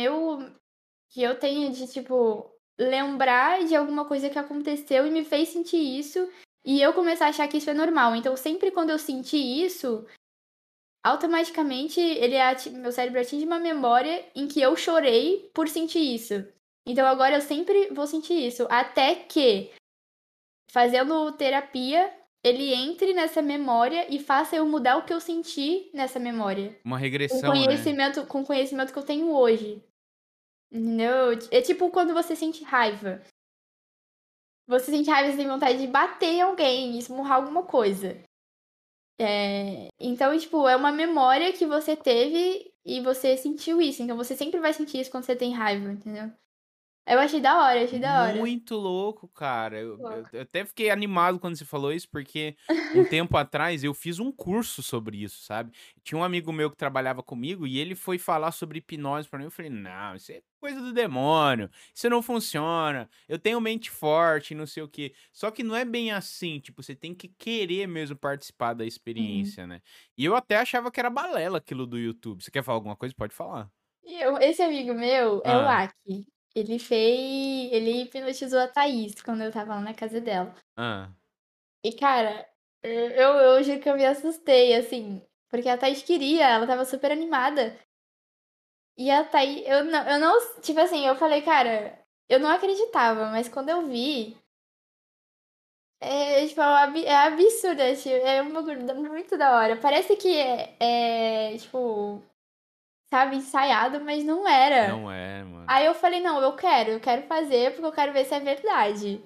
que eu tenho de, tipo, lembrar de alguma coisa que aconteceu e me fez sentir isso, e eu começar a achar que isso é normal. Então sempre quando eu sentir isso, automaticamente meu cérebro atinge uma memória em que eu chorei por sentir isso. Então agora eu sempre vou sentir isso. Até que, fazendo terapia, ele entre nessa memória e faça eu mudar o que eu senti nessa memória. Uma regressão, né? Com o conhecimento que eu tenho hoje. Entendeu? É tipo quando você sente raiva. Você sente raiva, você tem vontade de bater em alguém, esmurrar alguma coisa. Então, tipo, é uma memória que você teve e você sentiu isso. Então você sempre vai sentir isso quando você tem raiva, entendeu? Eu achei da hora, achei da hora. Muito louco, cara. Eu Louco. eu até fiquei animado quando você falou isso, porque um tempo atrás eu fiz um curso sobre isso, sabe? Tinha um amigo meu que trabalhava comigo e ele foi falar sobre hipnose pra mim. Eu falei, não, isso é coisa do demônio, isso não funciona. Eu tenho mente forte, não sei o quê. Só que não é bem assim, tipo, você tem que querer mesmo participar da Sim. experiência, né? E eu até achava que era balela aquilo do YouTube. Você quer falar alguma coisa? Pode falar. Esse amigo meu é o Ah, Aki. Ele hipnotizou a Thaís quando eu tava lá na casa dela. ah. E, cara, eu juro que eu me assustei, assim, porque a Thaís queria, ela tava super animada. E a Thaís, tipo assim, eu falei, cara, eu não acreditava, mas quando eu vi, tipo, é absurdo, é um bagulho muito da hora. Parece que tipo, sabe, ensaiado, mas não era. Não é, mano. Aí eu falei, não, eu quero fazer porque eu quero ver se é verdade.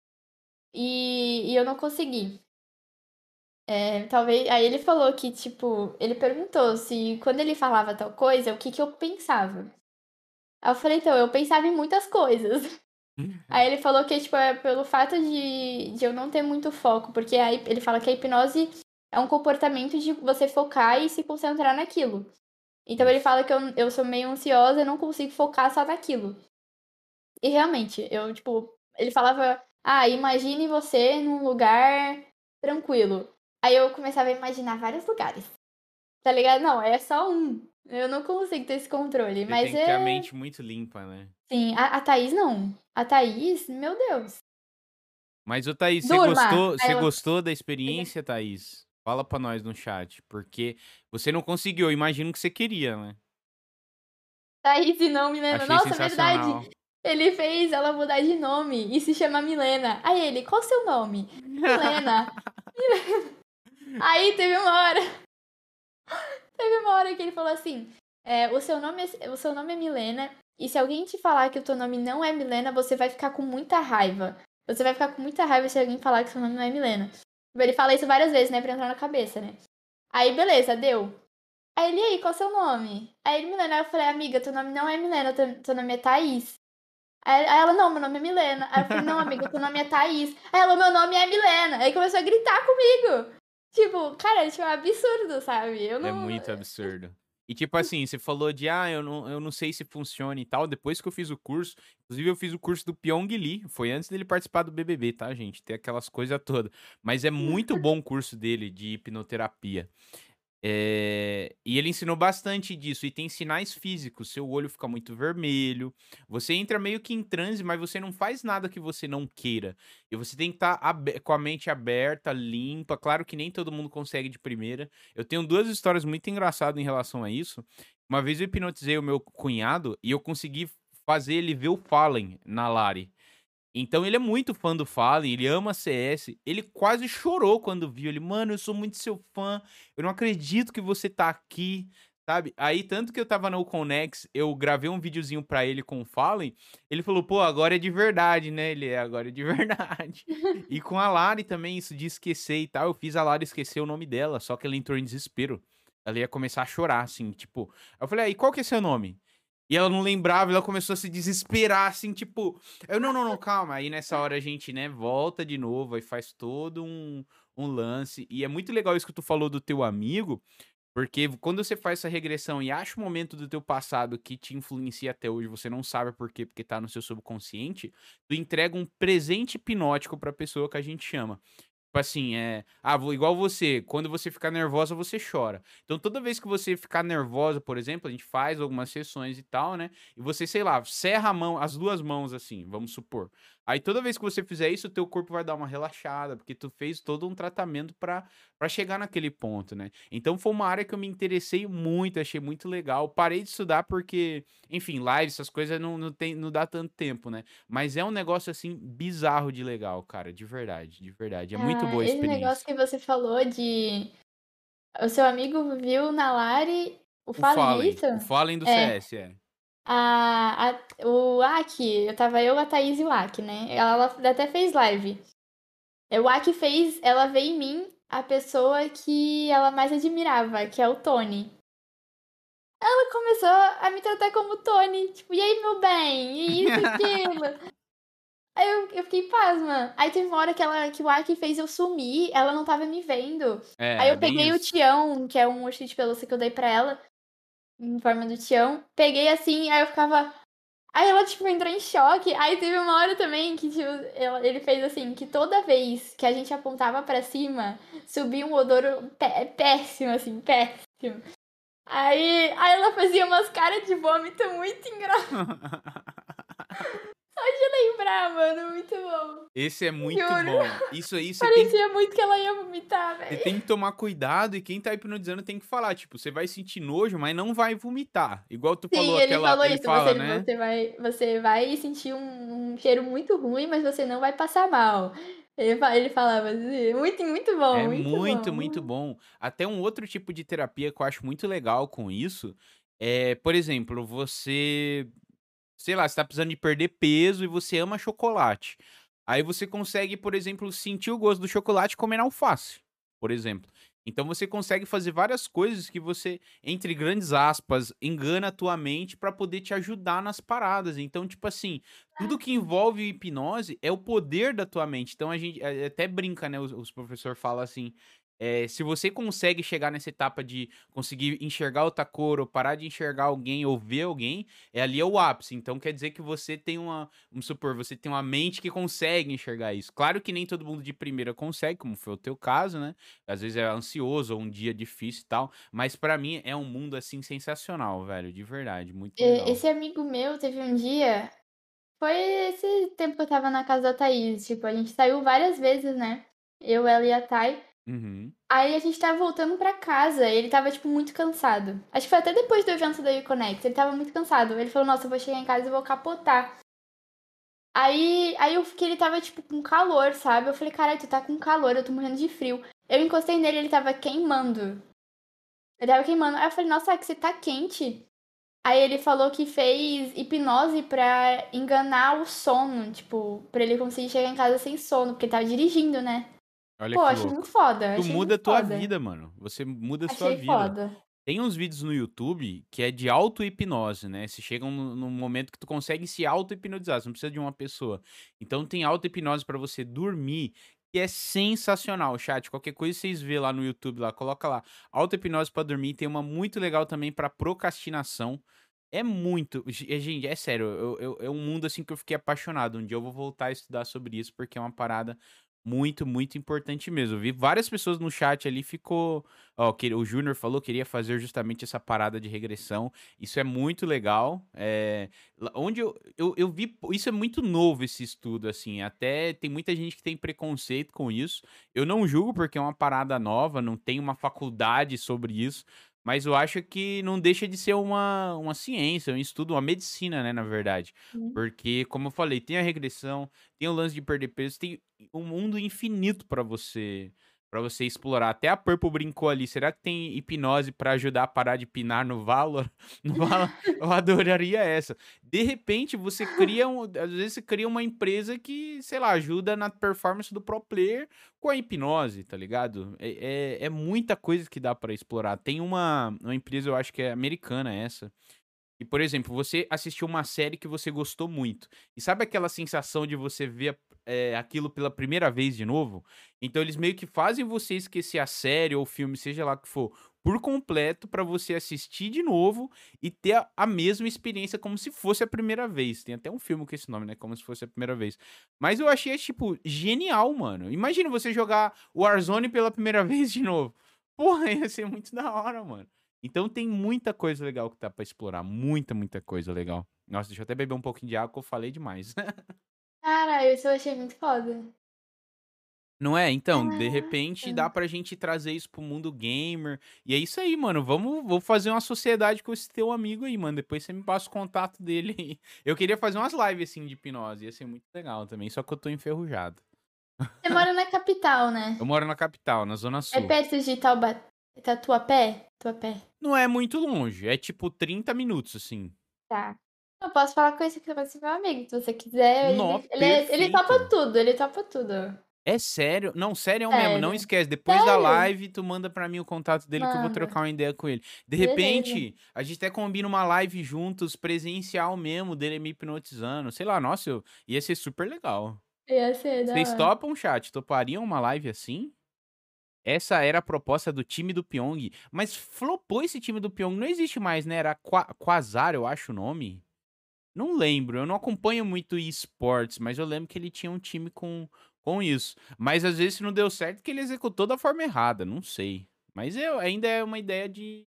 E eu não consegui. Talvez. Aí ele falou que, tipo, ele perguntou se quando ele falava tal coisa, o que que eu pensava. Aí eu falei, então, eu pensava em muitas coisas. Aí ele falou que, tipo, é pelo fato de eu não ter muito foco, porque aí ele fala que a hipnose é um comportamento de você focar e se concentrar naquilo. Então ele Isso. fala que eu sou meio ansiosa e não consigo focar só naquilo. E realmente, eu, tipo, ele falava, imagine você num lugar tranquilo. Aí eu começava a imaginar vários lugares. Tá ligado? Não, é só um. Eu não consigo ter esse controle. Você Mas tem que ter a é. mente muito limpa, né? Sim, a Thaís não. A Thaís, meu Deus. Mas, ô Thaís, Durma! Aí você ela. gostou da experiência, Thaís? Fala pra nós no chat, porque você não conseguiu, eu imagino que você queria, né? Thaís e não Milena. Achei Nossa, verdade! sensacional. Ele fez ela mudar de nome e se chama Milena. Aí ele, qual o seu nome? Milena. Aí teve uma hora que ele falou assim: o seu nome é Milena, e se alguém te falar que o teu nome não é Milena, você vai ficar com muita raiva. Você vai ficar com muita raiva se alguém falar que seu nome não é Milena. Ele fala isso várias vezes, né, pra entrar na cabeça, né? Aí, beleza, deu. Aí ele, e aí, qual é o seu nome? Aí ele, Milena. Aí eu falei, amiga, teu nome não é Milena, teu nome é Thaís. Aí ela, não, meu nome é Milena. Aí eu falei, não, amiga, teu nome é Thaís. Aí ela, meu nome é Milena. Aí começou a gritar comigo. Tipo, cara, tipo, é um absurdo, sabe? Eu É não. muito absurdo. E tipo assim, você falou de, eu não sei se funciona e tal. Depois que eu fiz o curso, inclusive eu fiz o curso do Pyong Lee, foi antes dele participar do BBB, tá, gente? Tem aquelas coisas todas. Mas é muito bom o curso dele de hipnoterapia. E ele ensinou bastante disso, e tem sinais físicos, seu olho fica muito vermelho, você entra meio que em transe, mas você não faz nada que você não queira, e você tem que estar com a mente aberta, limpa, claro que nem todo mundo consegue de primeira. Eu tenho duas histórias muito engraçadas em relação a isso. Uma vez eu hipnotizei o meu cunhado, e eu consegui fazer ele ver o Fallen na Lari. Então ele é muito fã do Fallen, ele ama CS, ele quase chorou quando viu, ele: "Mano, eu sou muito seu fã, eu não acredito que você tá aqui", sabe. Aí tanto que eu estava no Conex, eu gravei um videozinho pra ele com o Fallen, ele falou: "Pô, agora é de verdade, né", agora é de verdade". E com a Lari também, isso de esquecer e tal, eu fiz a Lari esquecer o nome dela, só que ela entrou em desespero, ela ia começar a chorar, assim, tipo, aí eu falei: "Aí, qual que é seu nome?". E ela não lembrava, e ela começou a se desesperar, assim, tipo, eu: "Não, não, não, calma". Aí nessa hora a gente, né, volta de novo, aí faz todo um lance. E é muito legal isso que tu falou do teu amigo, porque quando você faz essa regressão e acha um momento do teu passado que te influencia até hoje, você não sabe por quê, porque tá no seu subconsciente, tu entrega um presente hipnótico pra pessoa que a gente chama. Tipo assim, igual você, quando você ficar nervosa, você chora. Então, toda vez que você ficar nervosa, por exemplo, a gente faz algumas sessões e tal, né? E você, sei lá, serra a mão, as duas mãos assim, vamos supor. Aí toda vez que você fizer isso, o teu corpo vai dar uma relaxada, porque tu fez todo um tratamento pra chegar naquele ponto, né. Então foi uma área que eu me interessei muito, achei muito legal. Parei de estudar porque, enfim, live, essas coisas não dá tanto tempo, né. Mas é um negócio, assim, bizarro de legal, cara, de verdade, de verdade. É muito Ah, boa a esse negócio experiência. que você falou de o seu amigo viu na Lari o O Fallen, é Fallen, isso? o Fallen do É. CS, é. O Aki, tava eu, a Thaís e o Aki, né? Ela até fez live. O Aki fez ela ver em mim a pessoa que ela mais admirava, que é o Tony. Ela começou a me tratar como Tony, tipo, e aí, meu bem? E isso, aquilo. Aí eu fiquei pasma. Aí teve uma hora que o Aki fez eu sumir, ela não tava me vendo. Aí É, eu bem peguei o isso. Tião, que é um urso de pelúcia que eu dei pra ela, em forma do Tião. Peguei assim, aí eu ficava. Aí ela, tipo, entrou em choque. Aí teve uma hora também que, tipo, ele fez assim, que toda vez que a gente apontava pra cima, subia um odor péssimo, assim, péssimo. Aí ela fazia umas caras de vômito muito engraçadas. Só de lembrar, mano, muito bom. Esse é muito Juro. bom. Isso aí Parecia muito que ela ia vomitar, você velho. tem que tomar cuidado e quem tá hipnotizando tem que falar, tipo, você vai sentir nojo, mas não vai vomitar. Igual tu falou Sim, ele aquela falou ele isso. fala, né. Você vai sentir um cheiro muito ruim, mas você não vai passar mal. Ele falava assim, muito, muito bom, É muito muito, muito bom. bom. Até um outro tipo de terapia que eu acho muito legal com isso, é, por exemplo, você, sei lá, você tá precisando de perder peso e você ama chocolate. Aí você consegue, por exemplo, sentir o gosto do chocolate comendo alface, por exemplo. Então você consegue fazer várias coisas que você, entre grandes aspas, engana a tua mente para poder te ajudar nas paradas. Então, tipo assim, tudo que envolve hipnose é o poder da tua mente. Então a gente até brinca, né? Os professor fala assim. Se você consegue chegar nessa etapa de conseguir enxergar outra cor, ou parar de enxergar alguém, ou ver alguém, ali é o ápice. Então quer dizer que você tem uma, vamos supor, você tem uma mente que consegue enxergar isso. Claro que nem todo mundo de primeira consegue, como foi o teu caso, né? Às vezes é ansioso ou um dia difícil e tal, mas pra mim é um mundo assim sensacional, velho, de verdade, muito legal. Esse amigo meu teve um dia. Foi esse tempo que eu tava na casa da Thaís. Tipo, a gente saiu várias vezes, né? Eu, ela e a Thay. Uhum. Aí a gente tava voltando pra casa. Ele tava, tipo, muito cansado. Acho que foi até depois do evento da Uconnect. Ele tava muito cansado. Ele falou: Nossa, eu vou chegar em casa e vou capotar. Aí eu fiquei, ele tava, tipo, com calor, sabe? Eu falei: Caralho, tu tá com calor, eu tô morrendo de frio. Eu encostei nele, ele tava queimando. Ele tava queimando. Aí eu falei: Nossa, é que você tá quente. Aí ele falou que fez hipnose pra enganar o sono, tipo, pra ele conseguir chegar em casa sem sono, porque ele tava dirigindo, né? Olha Pô, que achei louco. muito foda, Tu achei muda muito a tua foda. vida, mano. Você muda a sua Achei vida. foda. Tem uns vídeos no YouTube que é de auto-hipnose, né? Se chegam num momento que tu consegue se auto-hipnotizar, você não precisa de uma pessoa. Então tem auto-hipnose pra você dormir, que é sensacional, chat. Qualquer coisa vocês vê lá no YouTube, lá, coloca lá. Auto-hipnose pra dormir. Tem uma muito legal também pra procrastinação. É muito. Gente, é sério. É um mundo assim que eu fiquei apaixonado. Um dia eu vou voltar a estudar sobre isso, porque é uma parada muito, muito importante mesmo. Eu vi várias pessoas no chat ali, ficou. Ó, que o Júnior falou que queria fazer justamente essa parada de regressão. Isso é muito legal. Onde eu vi. Isso é muito novo, esse estudo, assim. Até tem muita gente que tem preconceito com isso. Eu não julgo, porque é uma parada nova, não tem uma faculdade sobre isso. Mas eu acho que não deixa de ser uma ciência, um estudo, uma medicina, né, na verdade. Porque, como eu falei, tem a regressão, tem o lance de perder peso, tem um mundo infinito pra você explorar. Até a Purple brincou ali, será que tem hipnose pra ajudar a parar de pinar no Valor? No Valor, eu adoraria essa. De repente, você cria às vezes você cria uma empresa que, sei lá, ajuda na performance do pro player com a hipnose, tá ligado? É muita coisa que dá pra explorar. Tem uma empresa, eu acho que é americana essa, e, por exemplo, você assistiu uma série que você gostou muito. E sabe aquela sensação de você ver, aquilo pela primeira vez de novo? Então eles meio que fazem você esquecer a série ou o filme, seja lá o que for, por completo, pra você assistir de novo e ter a mesma experiência como se fosse a primeira vez. Tem até um filme com esse nome, né? Como se fosse a primeira vez. Mas eu achei, tipo, genial, mano. Imagina você jogar Warzone pela primeira vez de novo. Porra, ia ser muito da hora, mano. Então tem muita coisa legal que dá pra explorar, muita, muita coisa legal. Nossa, deixa eu até beber um pouquinho de água que eu falei demais. Cara, isso eu achei muito foda. Não é? Então, de repente dá Caraca. pra gente trazer isso pro mundo gamer. E é isso aí, mano. Vou fazer uma sociedade com esse teu amigo aí, mano. Depois você me passa o contato dele aí. Eu queria fazer umas lives assim de hipnose. Ia ser muito legal também. Só que eu tô enferrujado. Você mora na capital, Eu né? moro na capital, na Zona É Sul. perto de Tatuapé? Tatuapé. Não é muito longe. É tipo 30 minutos, assim. Tá. Eu posso falar com esse que vai ser meu amigo, se você quiser. Nó, Ele topa perfeito. tudo, ele topa tudo. É sério? Não, sério mesmo, não Sério. esquece. Depois da Sério? live, tu manda pra mim o contato dele que eu vou Manda. trocar uma ideia com ele. De Beleza. repente, a gente até combina uma live juntos, presencial mesmo, dele me hipnotizando. Sei lá, nossa, ia ser super legal. Ia ser da Vocês hora. topam, chat? Topariam uma live assim? Essa era a proposta do time do Pyong, mas flopou esse time do Pyong, não existe mais, né? Era Quasar, eu acho o nome. Não lembro, eu não acompanho muito esportes, mas eu lembro que ele tinha um time com isso. Mas às vezes não deu certo que ele executou da forma errada, não sei. Mas ainda é uma ideia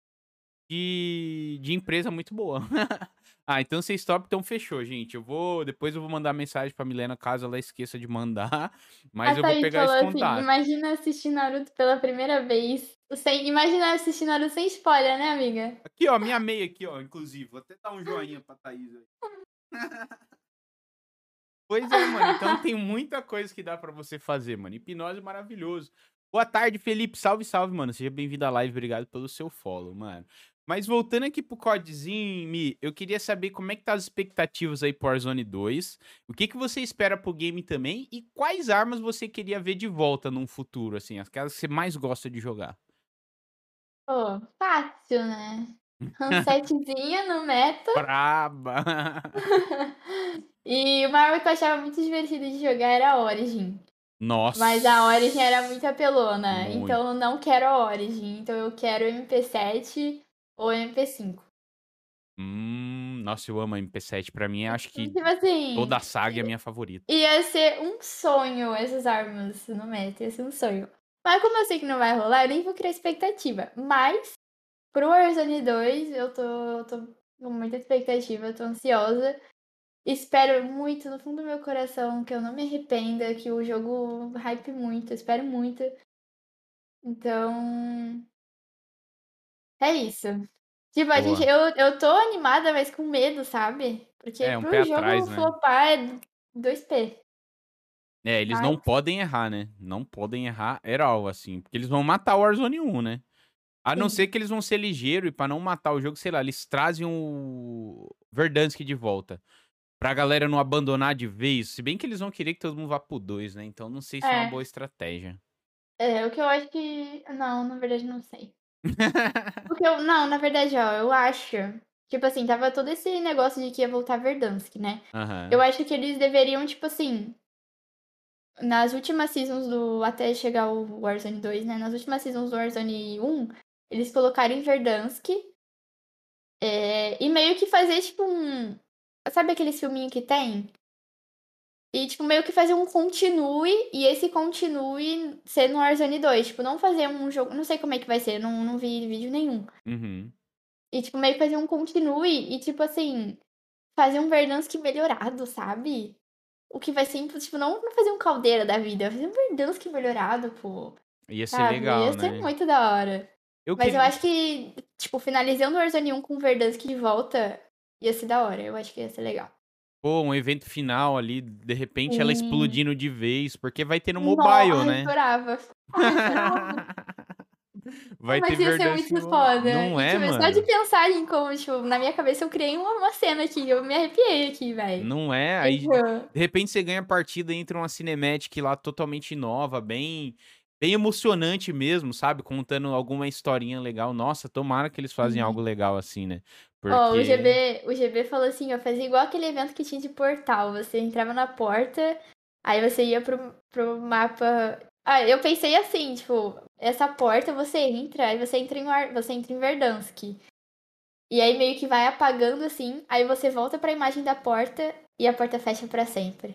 de empresa muito boa. Ah, então vocês top, então fechou, gente. Depois eu vou mandar mensagem pra Milena caso ela esqueça de mandar, A mas eu vou Thaís pegar falou esse assim: contato. imagina assistir Naruto pela primeira vez. Imagina assistir Naruto sem spoiler, né, amiga? Aqui, ó, minha meia aqui, ó, inclusive. Vou até dar um joinha pra Thaís aí. Pois é, mano. Então tem muita coisa que dá pra você fazer, mano. Hipnose é maravilhoso. Boa tarde, Felipe. Salve, salve, mano. Seja bem-vindo à live. Obrigado pelo seu follow, mano. Mas voltando aqui pro CODzinho, Mi, eu queria saber como é que tá as expectativas aí pro Warzone 2. O que que você espera pro game também? E quais armas você queria ver de volta num futuro, assim? Aquelas que você mais gosta de jogar. Pô, fácil, né? Hansetzinha no meta. Braba! E uma arma que eu achava muito divertida de jogar era a Origin. Mas a Origin Nossa! era muito apelona, Muito. então eu não quero a Origin. Então eu quero MP7 ou MP5. Nossa, eu amo a MP7. Pra mim, acho que Tipo toda assim, a saga é a minha favorita. ia ser um sonho essas armas no meta, ia ser um sonho. Mas como eu sei que não vai rolar, eu nem vou criar expectativa. Mas, pro Warzone 2, eu tô com muita expectativa, eu tô ansiosa. Espero muito, no fundo do meu coração, que eu não me arrependa, que o jogo hype muito, eu espero muito. Então, é isso. Tipo, Boa. eu tô animada, mas com medo, sabe? Porque É, um pé pro jogo atrás, né? flopar é 2P. É, eles não Mas, podem errar, né? Não podem errar at all, assim. Porque eles vão matar o Warzone 1, né? A não ser sim. que eles vão ser ligeiros e pra não matar o jogo, sei lá, eles trazem o Verdansk de volta. Pra galera não abandonar de vez. Se bem que eles vão querer que todo mundo vá pro 2, né? Então não sei se é uma boa É, estratégia. o que eu acho que. Não, na verdade não sei. Porque eu. Não, na verdade, ó, eu acho. Tipo assim, tava todo esse negócio de que ia voltar Verdansk, né? Eu Aham. acho que eles deveriam, tipo assim. Nas últimas seasons do. Até chegar o Warzone 2, né? Nas últimas seasons do Warzone 1, eles colocaram em Verdansk. E meio que fazer, tipo, um. Sabe aqueles filminhos que tem? E, tipo, meio que fazer um continue, e esse continue ser no Warzone 2. Tipo, não fazer um jogo. Não sei como é que vai ser, não vi vídeo nenhum. Uhum. E, tipo, meio que fazer um continue e, tipo assim, fazer um Verdansk melhorado, sabe? O que vai ser, tipo, não fazer um caldeira da vida, fazer um Verdansk melhorado, pô. Ia ser Sabe? Ia legal, ser né? muito da hora. Eu Mas eu queria. acho que, tipo, finalizando o Warzone 1 com o Verdansk de volta, ia ser da hora. Eu acho que ia ser legal. Pô, um evento final ali, de repente ela Sim. explodindo de vez, porque vai ter no mobile, Nossa, eu né? adorava. Ai, adorava. Vai ter Mas ia ser Verdansk muito no mobile. foda. Não E, é, tipo, só de mano? pensar em como, tipo, na minha cabeça eu criei uma cena aqui. Eu me arrepiei aqui, velho. Não é? Aí, de Tipo, repente, você ganha a partida e entra uma cinematic lá totalmente nova, bem emocionante mesmo, sabe? Contando alguma historinha legal. Nossa, tomara que eles fazem algo sim. legal assim, né? Ó, o Porque. GB, o GB falou assim, ó, fazia igual aquele evento que tinha de portal. Você entrava na porta, aí você ia pro mapa. Ah, eu pensei assim, tipo, essa porta você entra, aí você entra em Verdansk. E aí meio que vai apagando assim, aí você volta pra imagem da porta e a porta fecha pra sempre.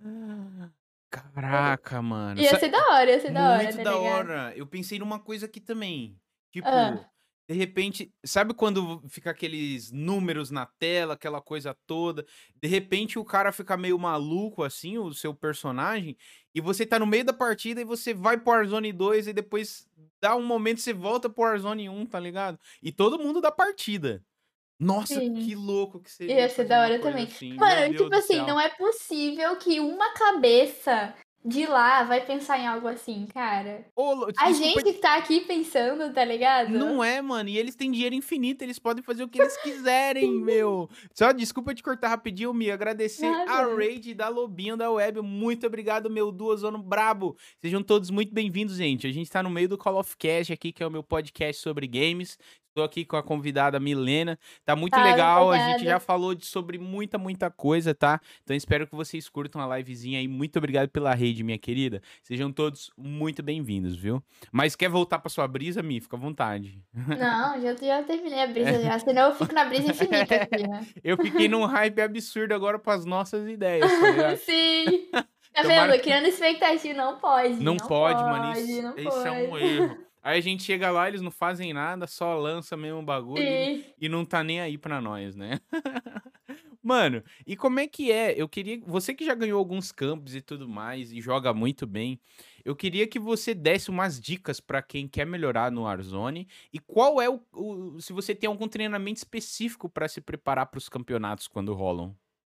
Caraca, mano. Ia ser da hora, Muito tá da ligado? hora. Eu pensei numa coisa aqui também. Tipo, Ah. De repente, sabe quando fica aqueles números na tela, aquela coisa toda? De repente o cara fica meio maluco, assim, o seu personagem, e você tá no meio da partida e você vai pro Warzone 2 e depois dá um momento e você volta pro Warzone 1, tá ligado? E todo mundo da partida. Nossa, que Sim. louco que seria Ia ser fazer da uma hora coisa também. assim, meu Mano, Deus tipo do assim, céu. não é possível que uma cabeça de lá vai pensar em algo assim, cara. Ô, A desculpa. gente que tá aqui pensando, tá ligado? Não é, mano, e eles têm dinheiro infinito, eles podem fazer o que eles quiserem, meu. Só desculpa te cortar rapidinho, Mi, agradecer a Nada. raid da Lobinho da Web, muito obrigado, meu duozono brabo. Sejam todos muito bem-vindos, gente. A gente tá no meio do Call of Cast aqui, que é o meu podcast sobre games. Estou aqui com a convidada Milena. Tá muito Ah, legal, a gente já obrigada. falou sobre muita coisa, tá? Então espero que vocês curtam a livezinha aí. Muito obrigado pela raid, minha querida. Sejam todos muito bem-vindos, viu? Mas quer voltar pra sua brisa, Mi? Fica à vontade. Não, já terminei a brisa É. já. Senão eu fico na brisa infinita aqui, né? Eu fiquei num hype absurdo agora pras nossas ideias, tá ligado? Sim. Tá Tomara vendo? que. Criando expectativa. Não pode, Não não pode, mano. pode, não Isso é um pode. erro. Aí a gente chega lá, eles não fazem nada, só lança mesmo o bagulho Sim. e não tá nem aí pra nós, né? Mano, e como é que é? Eu queria. Você que já ganhou alguns campos e tudo mais e joga muito bem, eu queria que você desse umas dicas pra quem quer melhorar no Warzone e qual é se você tem algum treinamento específico pra se preparar pros campeonatos quando rolam.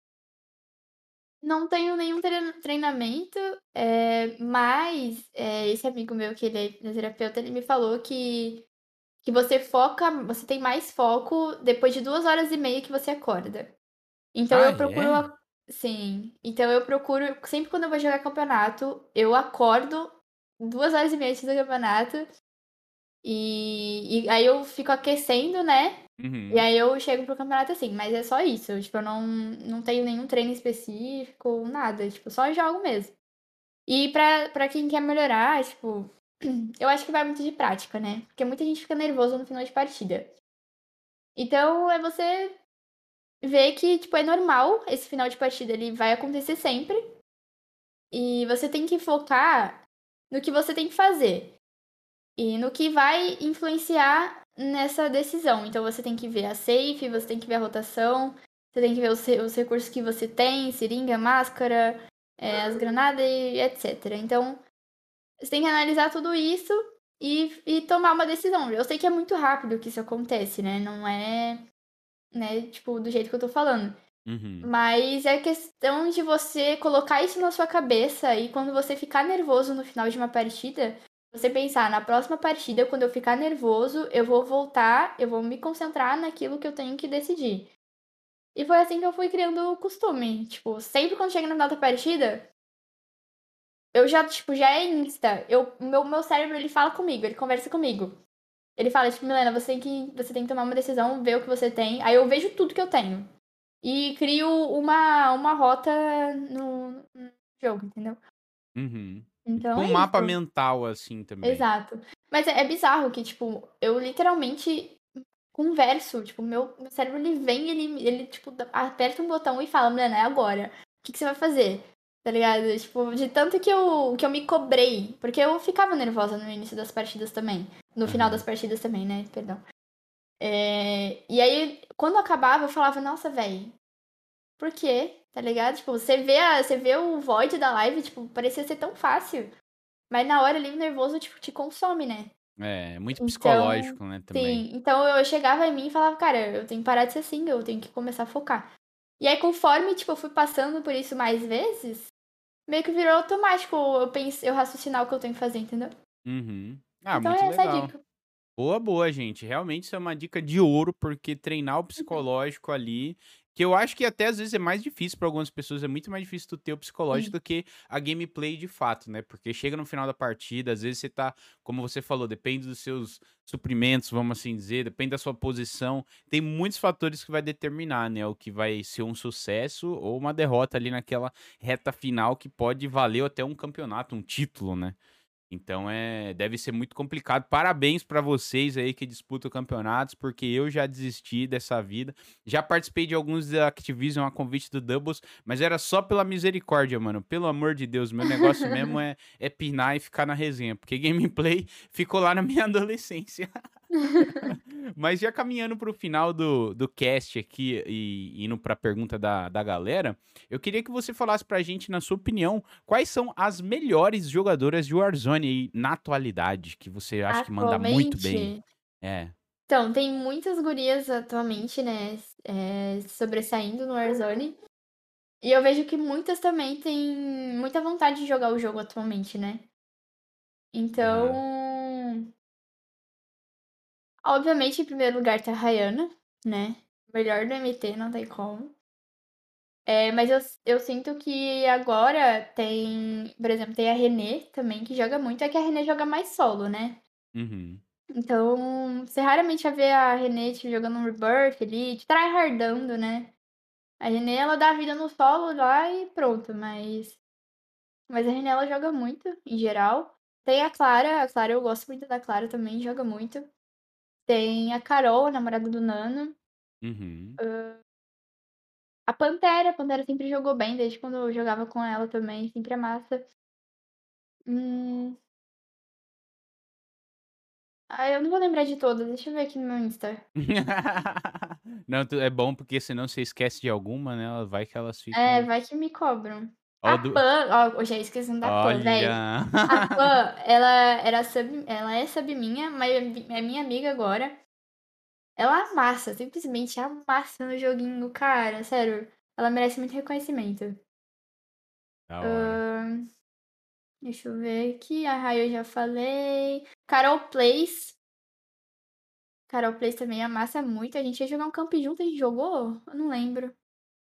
Não tenho nenhum treinamento, mas, esse amigo meu que ele é fisioterapeuta, ele me falou que você tem mais foco depois de 2 horas e meia que você acorda. Então Ah, eu procuro é? sim, então eu procuro sempre quando eu vou jogar campeonato, eu acordo 2 horas e meia antes do campeonato, e aí eu fico aquecendo, né, e Uhum. aí eu chego pro campeonato assim, mas é só isso, tipo, eu não tenho nenhum treino específico, nada, tipo, só jogo mesmo. E pra quem quer melhorar, tipo, eu acho que vai muito de prática, né, porque muita gente fica nervoso no final de partida. Então é você ver que, tipo, é normal esse final de partida, ele vai acontecer sempre, e você tem que focar no que você tem que fazer e no que vai influenciar nessa decisão. Então você tem que ver a safe, você tem que ver a rotação, você tem que ver os recursos que você tem, seringa, máscara, as granadas e etc. Então você tem que analisar tudo isso e tomar uma decisão. Eu sei que é muito rápido que isso acontece, né? Não é, né, tipo, do jeito que eu tô falando. Uhum. Mas é questão de você colocar isso na sua cabeça e quando você ficar nervoso no final de uma partida, você pensar, na próxima partida, quando eu ficar nervoso, eu vou voltar, eu vou me concentrar naquilo que eu tenho que decidir. E foi assim que eu fui criando o costume. Tipo, sempre quando chega no final da partida, eu já, tipo, já é insta. Meu cérebro, ele fala comigo, ele conversa comigo. Ele fala, tipo, Milena, você tem que tomar uma decisão, ver o que você tem. Aí eu vejo tudo que eu tenho. E crio uma rota no jogo, entendeu? Uhum. Então Tipo um é mapa isso. mental, assim, também. Exato. Mas é bizarro que, tipo, eu literalmente converso. Tipo, meu cérebro ele vem, ele tipo, aperta um botão e fala, Milena, é agora. O que você vai fazer? Tá ligado? Tipo, de tanto que eu me cobrei. Porque eu ficava nervosa no início das partidas também. No final das Aham. partidas também, né? Perdão. E aí, quando acabava, eu falava, nossa, velho, por quê? Tá ligado? Tipo, você vê o void da live, tipo, parecia ser tão fácil. Mas na hora ali o nervoso, tipo, te consome, né? É, muito Então, psicológico, né, também. sim. Então eu chegava em mim e falava, cara, eu tenho que parar de ser assim, eu tenho que começar a focar. E aí, conforme, tipo, eu fui passando por isso mais vezes, meio que virou automático eu raciocinar o que eu tenho que fazer, entendeu? Uhum. Ah, Então muito é essa a legal. dica. Boa, boa, gente. Realmente isso é uma dica de ouro, porque treinar o psicológico ali, que eu acho que até às vezes é mais difícil para algumas pessoas, é muito mais difícil tu ter o psicológico Sim. do que a gameplay de fato, né? Porque chega no final da partida, às vezes você tá, como você falou, depende dos seus suprimentos, vamos assim dizer, depende da sua posição, tem muitos fatores que vai determinar, né, o que vai ser um sucesso ou uma derrota ali naquela reta final que pode valer até um campeonato, um título, né? Então deve ser muito complicado. Parabéns pra vocês aí que disputam campeonatos, porque eu já desisti dessa vida. Já participei de alguns da Activision a convite do Doubles, mas era só pela misericórdia, mano. Pelo amor de Deus, meu negócio mesmo é pinar e ficar na resenha, porque gameplay ficou lá na minha adolescência. Mas já caminhando para o final do cast aqui e indo para a pergunta da galera, eu queria que você falasse pra gente, na sua opinião, quais são as melhores jogadoras de Warzone aí na atualidade, que você acha que manda muito bem? Atualmente, É. então, tem muitas gurias atualmente, né, sobressaindo no Warzone. E eu vejo que muitas também têm muita vontade de jogar o jogo atualmente, né? Aham. Então, obviamente, em primeiro lugar tá a Rayana, né? Melhor do MT, não tem como. Mas eu sinto que agora tem, por exemplo, tem a René também, que joga muito. É que a René joga mais solo, né? Uhum. Então, você raramente vai ver a René tipo, jogando um Rebirth ali, tryhardando, né? A René, ela dá vida no solo lá e pronto, mas a René, ela joga muito, em geral. Tem a Clara eu gosto muito da Clara também, joga muito. Tem a Carol, a namorada do Nano. Uhum. A Pantera sempre jogou bem, desde quando eu jogava com ela também, sempre é massa. Hum... Ah, eu não vou lembrar de todas, deixa eu ver aqui no meu Insta. Não, é bom porque senão você esquece de alguma, né? Vai que elas É, ficam. vai que me cobram. Ó, A Pan, ó, eu já esqueci da Pan, velho. Olha! A Pan, ela é sub minha, mas é minha amiga agora. Ela amassa, simplesmente amassa no joguinho, cara, sério. Ela merece muito reconhecimento. Da hora. Ahn, deixa eu ver aqui. A Rai eu já falei. Carol Plays. Carol Plays também amassa muito. A gente ia jogar um camp junto, a gente jogou? Eu não lembro.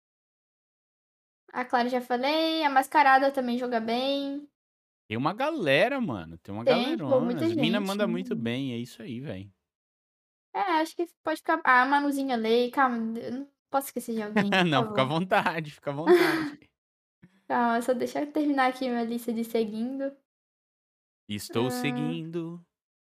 A Clara já falei. A Mascarada também joga bem. Tem uma galera, mano. Tem uma Tem, pô, galerona. muita As mina gente. manda muito bem. É isso aí, velho. Acho que pode ficar. Ah, a Manuzinha Lei. Calma, eu não posso esquecer de alguém, por Não, fica à favor. vontade, fica à vontade. Calma, só deixa eu terminar aqui minha lista de seguindo. Estou Ahn, seguindo.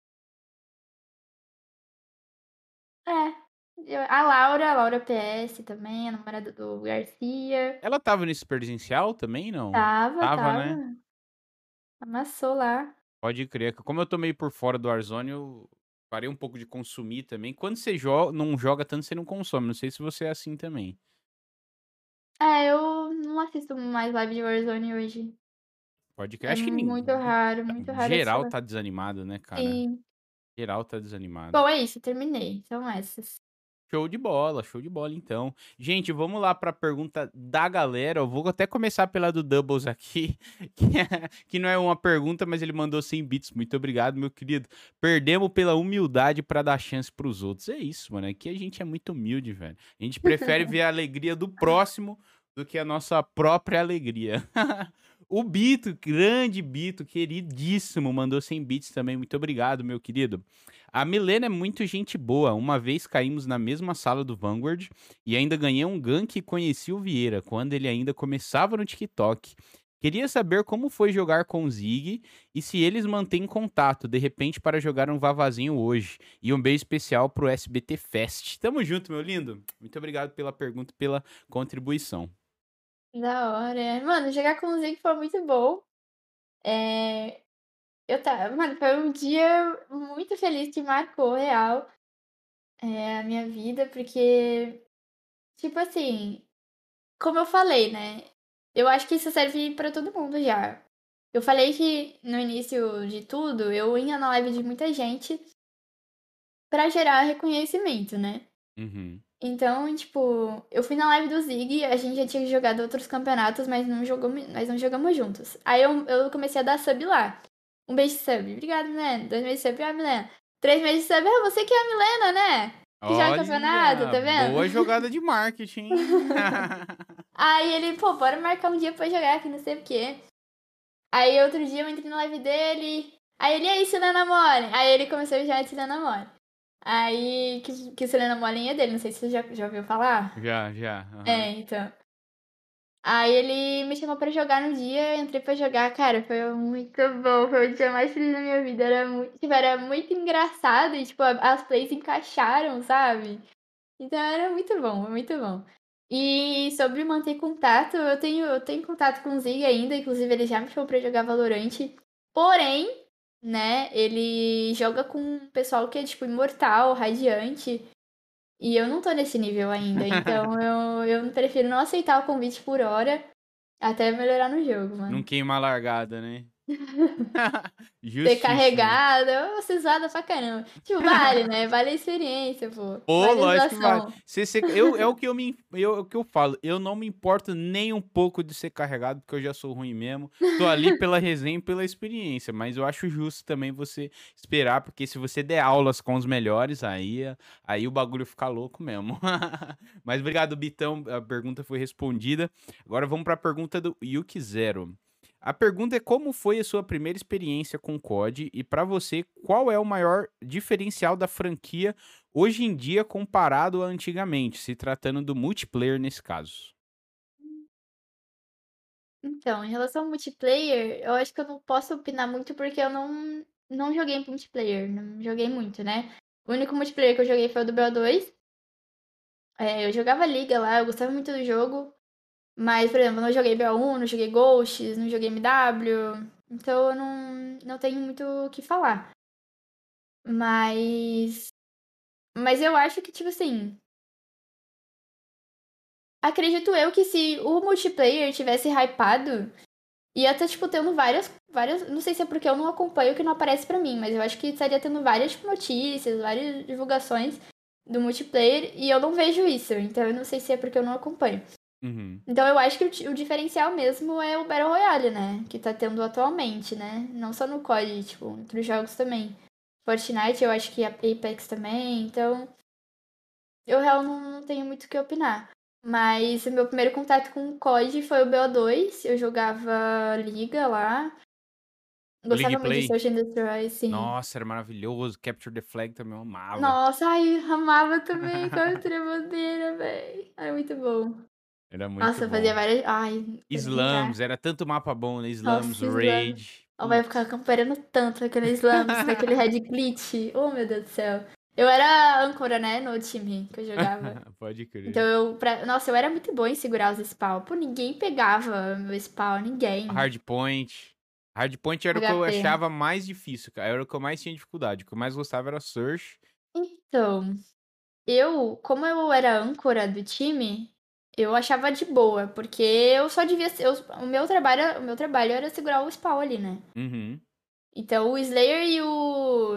é. A Laura PS também, a namorada do Garcia. Ela tava nesse presencial também, não? Tava, Tava, né? tava. Amassou lá. Pode crer. Como eu tô meio por fora do Warzone, eu parei um pouco de consumir também. Quando você não joga tanto, você não consome. Não sei se você é assim também. Eu não assisto mais live de Warzone hoje. Pode crer. É Acho que muito raro assistir geral live. tá desanimado, né, cara? Sim. Geral tá desanimado. Bom, é isso, terminei. São essas. Show de bola então. Gente, vamos lá para a pergunta da galera. Eu vou até começar pela do Doubles aqui, que não é uma pergunta, mas ele mandou 100 bits. Muito obrigado, meu querido. Perdemos pela humildade para dar chance para os outros. É isso, mano. Aqui a gente é muito humilde, velho. A gente prefere ver a alegria do próximo do que a nossa própria alegria. O Bito, grande Bito, queridíssimo, mandou 100 bits também. Muito obrigado, meu querido. A Milena é muito gente boa. Uma vez caímos na mesma sala do Vanguard e ainda ganhei um gank e conheci o Vieira, quando ele ainda começava no TikTok. Queria saber como foi jogar com o Zig e se eles mantêm contato, de repente, para jogar um Vavazinho hoje. E um beijo especial pro SBT Fest. Tamo junto, meu lindo. Muito obrigado pela pergunta e pela contribuição. Da hora. Mano, jogar com o Zig foi muito bom. É, Mano, foi um dia muito feliz que marcou real a minha vida, porque, tipo assim, como eu falei, né? Eu acho que isso serve pra todo mundo já. Eu falei que no início de tudo eu ia na live de muita gente pra gerar reconhecimento, né? Uhum. Então, tipo, eu fui na live do Zig, a gente já tinha jogado outros campeonatos, mas nós não jogamos juntos. Aí eu comecei a dar sub lá. Um beijo de sub. Obrigada, Milena. 2 meses de sub, ah, Milena. 3 meses de sub, você que é a Milena, né? Que joga campeonato, Olha, tá vendo? boa jogada de marketing. Aí ele, pô, bora marcar um dia pra jogar, que não sei o quê. Aí outro dia eu entrei na live dele. Aí ele, e aí, Selena Mole? Aí ele começou a chamar de Selena Mole. Aí, que Selena Mole é dele, não sei se você já ouviu falar. Já, já. Aham. Então. Aí ele me chamou pra jogar no dia, entrei pra jogar, cara, foi muito bom, foi o dia mais feliz da minha vida, era muito engraçado e, tipo, as plays encaixaram, sabe? Então era muito bom, foi muito bom. E sobre manter contato, eu tenho contato com o Zig ainda, inclusive ele já me chamou pra jogar Valorant, porém, né? Ele joga com um pessoal que é, tipo, imortal, radiante. E eu não tô nesse nível ainda. Então eu prefiro não aceitar o convite por hora até melhorar no jogo, Não mano. queima a largada, né? Ser Justíssimo. carregada, eu ser zoada pra caramba. Tipo, vale, né? Vale a experiência, pô. Pô, Vale a lógico que vale. zoação. É o que é o que eu falo. Eu não me importo nem um pouco de ser carregado, porque eu já sou ruim mesmo. Tô ali pela resenha e pela experiência, mas eu acho justo também você esperar, porque se você der aulas com os melhores, aí o bagulho fica louco mesmo. Mas obrigado, Bitão. A pergunta foi respondida. Agora vamos para a pergunta do Yuki Zero. A pergunta é como foi a sua primeira experiência com COD e para você, qual é o maior diferencial da franquia hoje em dia comparado a antigamente, se tratando do multiplayer nesse caso? Então, em relação ao multiplayer, eu acho que eu não posso opinar muito porque eu não joguei multiplayer, não joguei muito, né? O único multiplayer que eu joguei foi o do BO2. Eu jogava Liga lá, eu gostava muito do jogo. Mas, por exemplo, eu não joguei BO1, não joguei Ghosts, não joguei MW. Então eu não tenho muito o que falar. Mas. Mas eu acho que, tipo assim. Acredito eu que se o multiplayer tivesse hypado, ia estar, tipo, tendo várias. Não sei se é porque eu não acompanho que não aparece pra mim, mas eu acho que estaria tendo várias, tipo, notícias, várias divulgações do multiplayer e eu não vejo isso. Então eu não sei se é porque eu não acompanho. Uhum. Então eu acho que o diferencial mesmo é o Battle Royale, né? Que tá tendo atualmente, né? Não só no COD, tipo, em outros jogos também. Fortnite, eu acho que a Apex também, então eu real não tenho muito o que opinar. Mas o meu primeiro contato com o COD foi o BO2, eu jogava Liga lá. O League Gostava muito de Play? Search and Destroy, sim. Nossa, era maravilhoso. Capture the Flag também eu amava. Nossa, ai, amava também Captura a Bandeira, véi. Era muito bom. Era muito Nossa, eu fazia bom. várias. Ai, quando Slams, entrar. era tanto mapa bom, né? Slams, Nossa, Slams. Raid. Ela vai ficar Putz. comparando tanto aquele Slams, naquele Red Glitch. Oh, meu Deus do céu. Eu era âncora, né, no time que eu jogava. Pode Então crer. Nossa, eu era muito boa em segurar os spawn. Pô, ninguém pegava meu spawn, ninguém. Hardpoint. Hardpoint era o que eu HP. achava mais difícil, cara. Era o que eu mais tinha dificuldade. O que eu mais gostava era Search. Então, como eu era âncora do time, eu achava de boa, porque eu só devia ser. O meu trabalho era segurar o spawn ali, né? Uhum. Então o Slayer e o.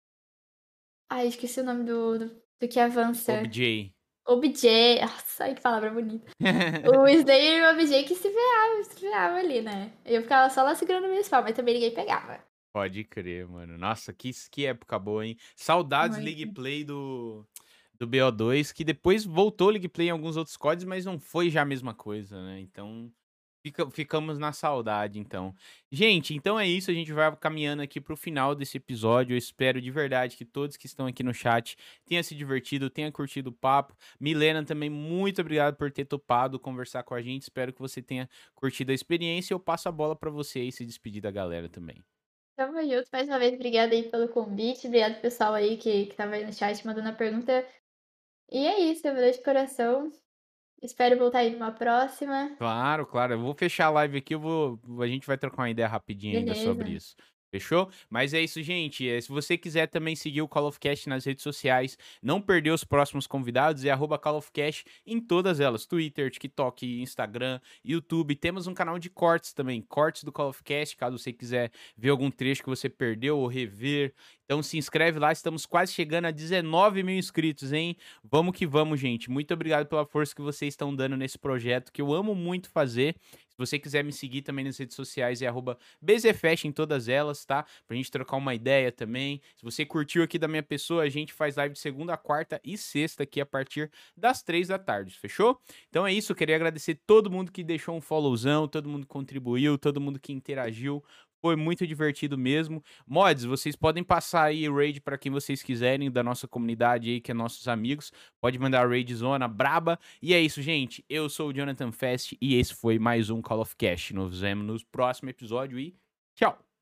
Ai, esqueci o nome do que avança. OBJ. OBJ. Nossa, ai, que palavra bonita. O Slayer e o OBJ que se ferrava ali, né? Eu ficava só lá segurando o meu spawn, mas também ninguém pegava. Pode crer, mano. Nossa, que época boa, hein? Saudades League Muito. Play do BO2, que depois voltou League Play em alguns outros CODs, mas não foi já a mesma coisa, né? Então, ficamos na saudade, então. Gente, então é isso. A gente vai caminhando aqui pro final desse episódio. Eu espero de verdade que todos que estão aqui no chat tenham se divertido, tenham curtido o papo. Milena também, muito obrigado por ter topado conversar com a gente. Espero que você tenha curtido a experiência. Eu passo a bola pra você aí se despedir da galera também. Tamo junto. Mais uma vez, obrigada aí pelo convite. Obrigado, pessoal aí que tava aí no chat mandando a pergunta. E é isso, eu vou de coração. Espero voltar aí numa próxima. Claro, claro. Eu vou fechar a live aqui, a gente vai trocar uma ideia rapidinho ainda sobre Beleza. isso. Fechou? Mas é isso, gente. Se você quiser também seguir o Call of Cast nas redes sociais, não perder os próximos convidados, é @Call of Cast em todas elas: Twitter, TikTok, Instagram, YouTube. Temos um canal de cortes também, cortes do Call of Cast, caso você quiser ver algum trecho que você perdeu ou rever. Então se inscreve lá, estamos quase chegando a 19 mil inscritos, hein? Vamos que vamos, gente. Muito obrigado pela força que vocês estão dando nesse projeto, que eu amo muito fazer. Se você quiser me seguir também nas redes sociais, é @BZFest em todas elas, tá? Pra gente trocar uma ideia também. Se você curtiu aqui da minha pessoa, a gente faz live de segunda, quarta e sexta aqui a partir das 3 da tarde, fechou? Então é isso, eu queria agradecer todo mundo que deixou um followzão, todo mundo que contribuiu, todo mundo que interagiu. Foi muito divertido mesmo. Mods, vocês podem passar aí raid para quem vocês quiserem da nossa comunidade aí, que é nossos amigos. Pode mandar raid zona braba. E é isso, gente. Eu sou o Jonathan Fest e esse foi mais um Call of Cast. Nos vemos no próximo episódio e tchau!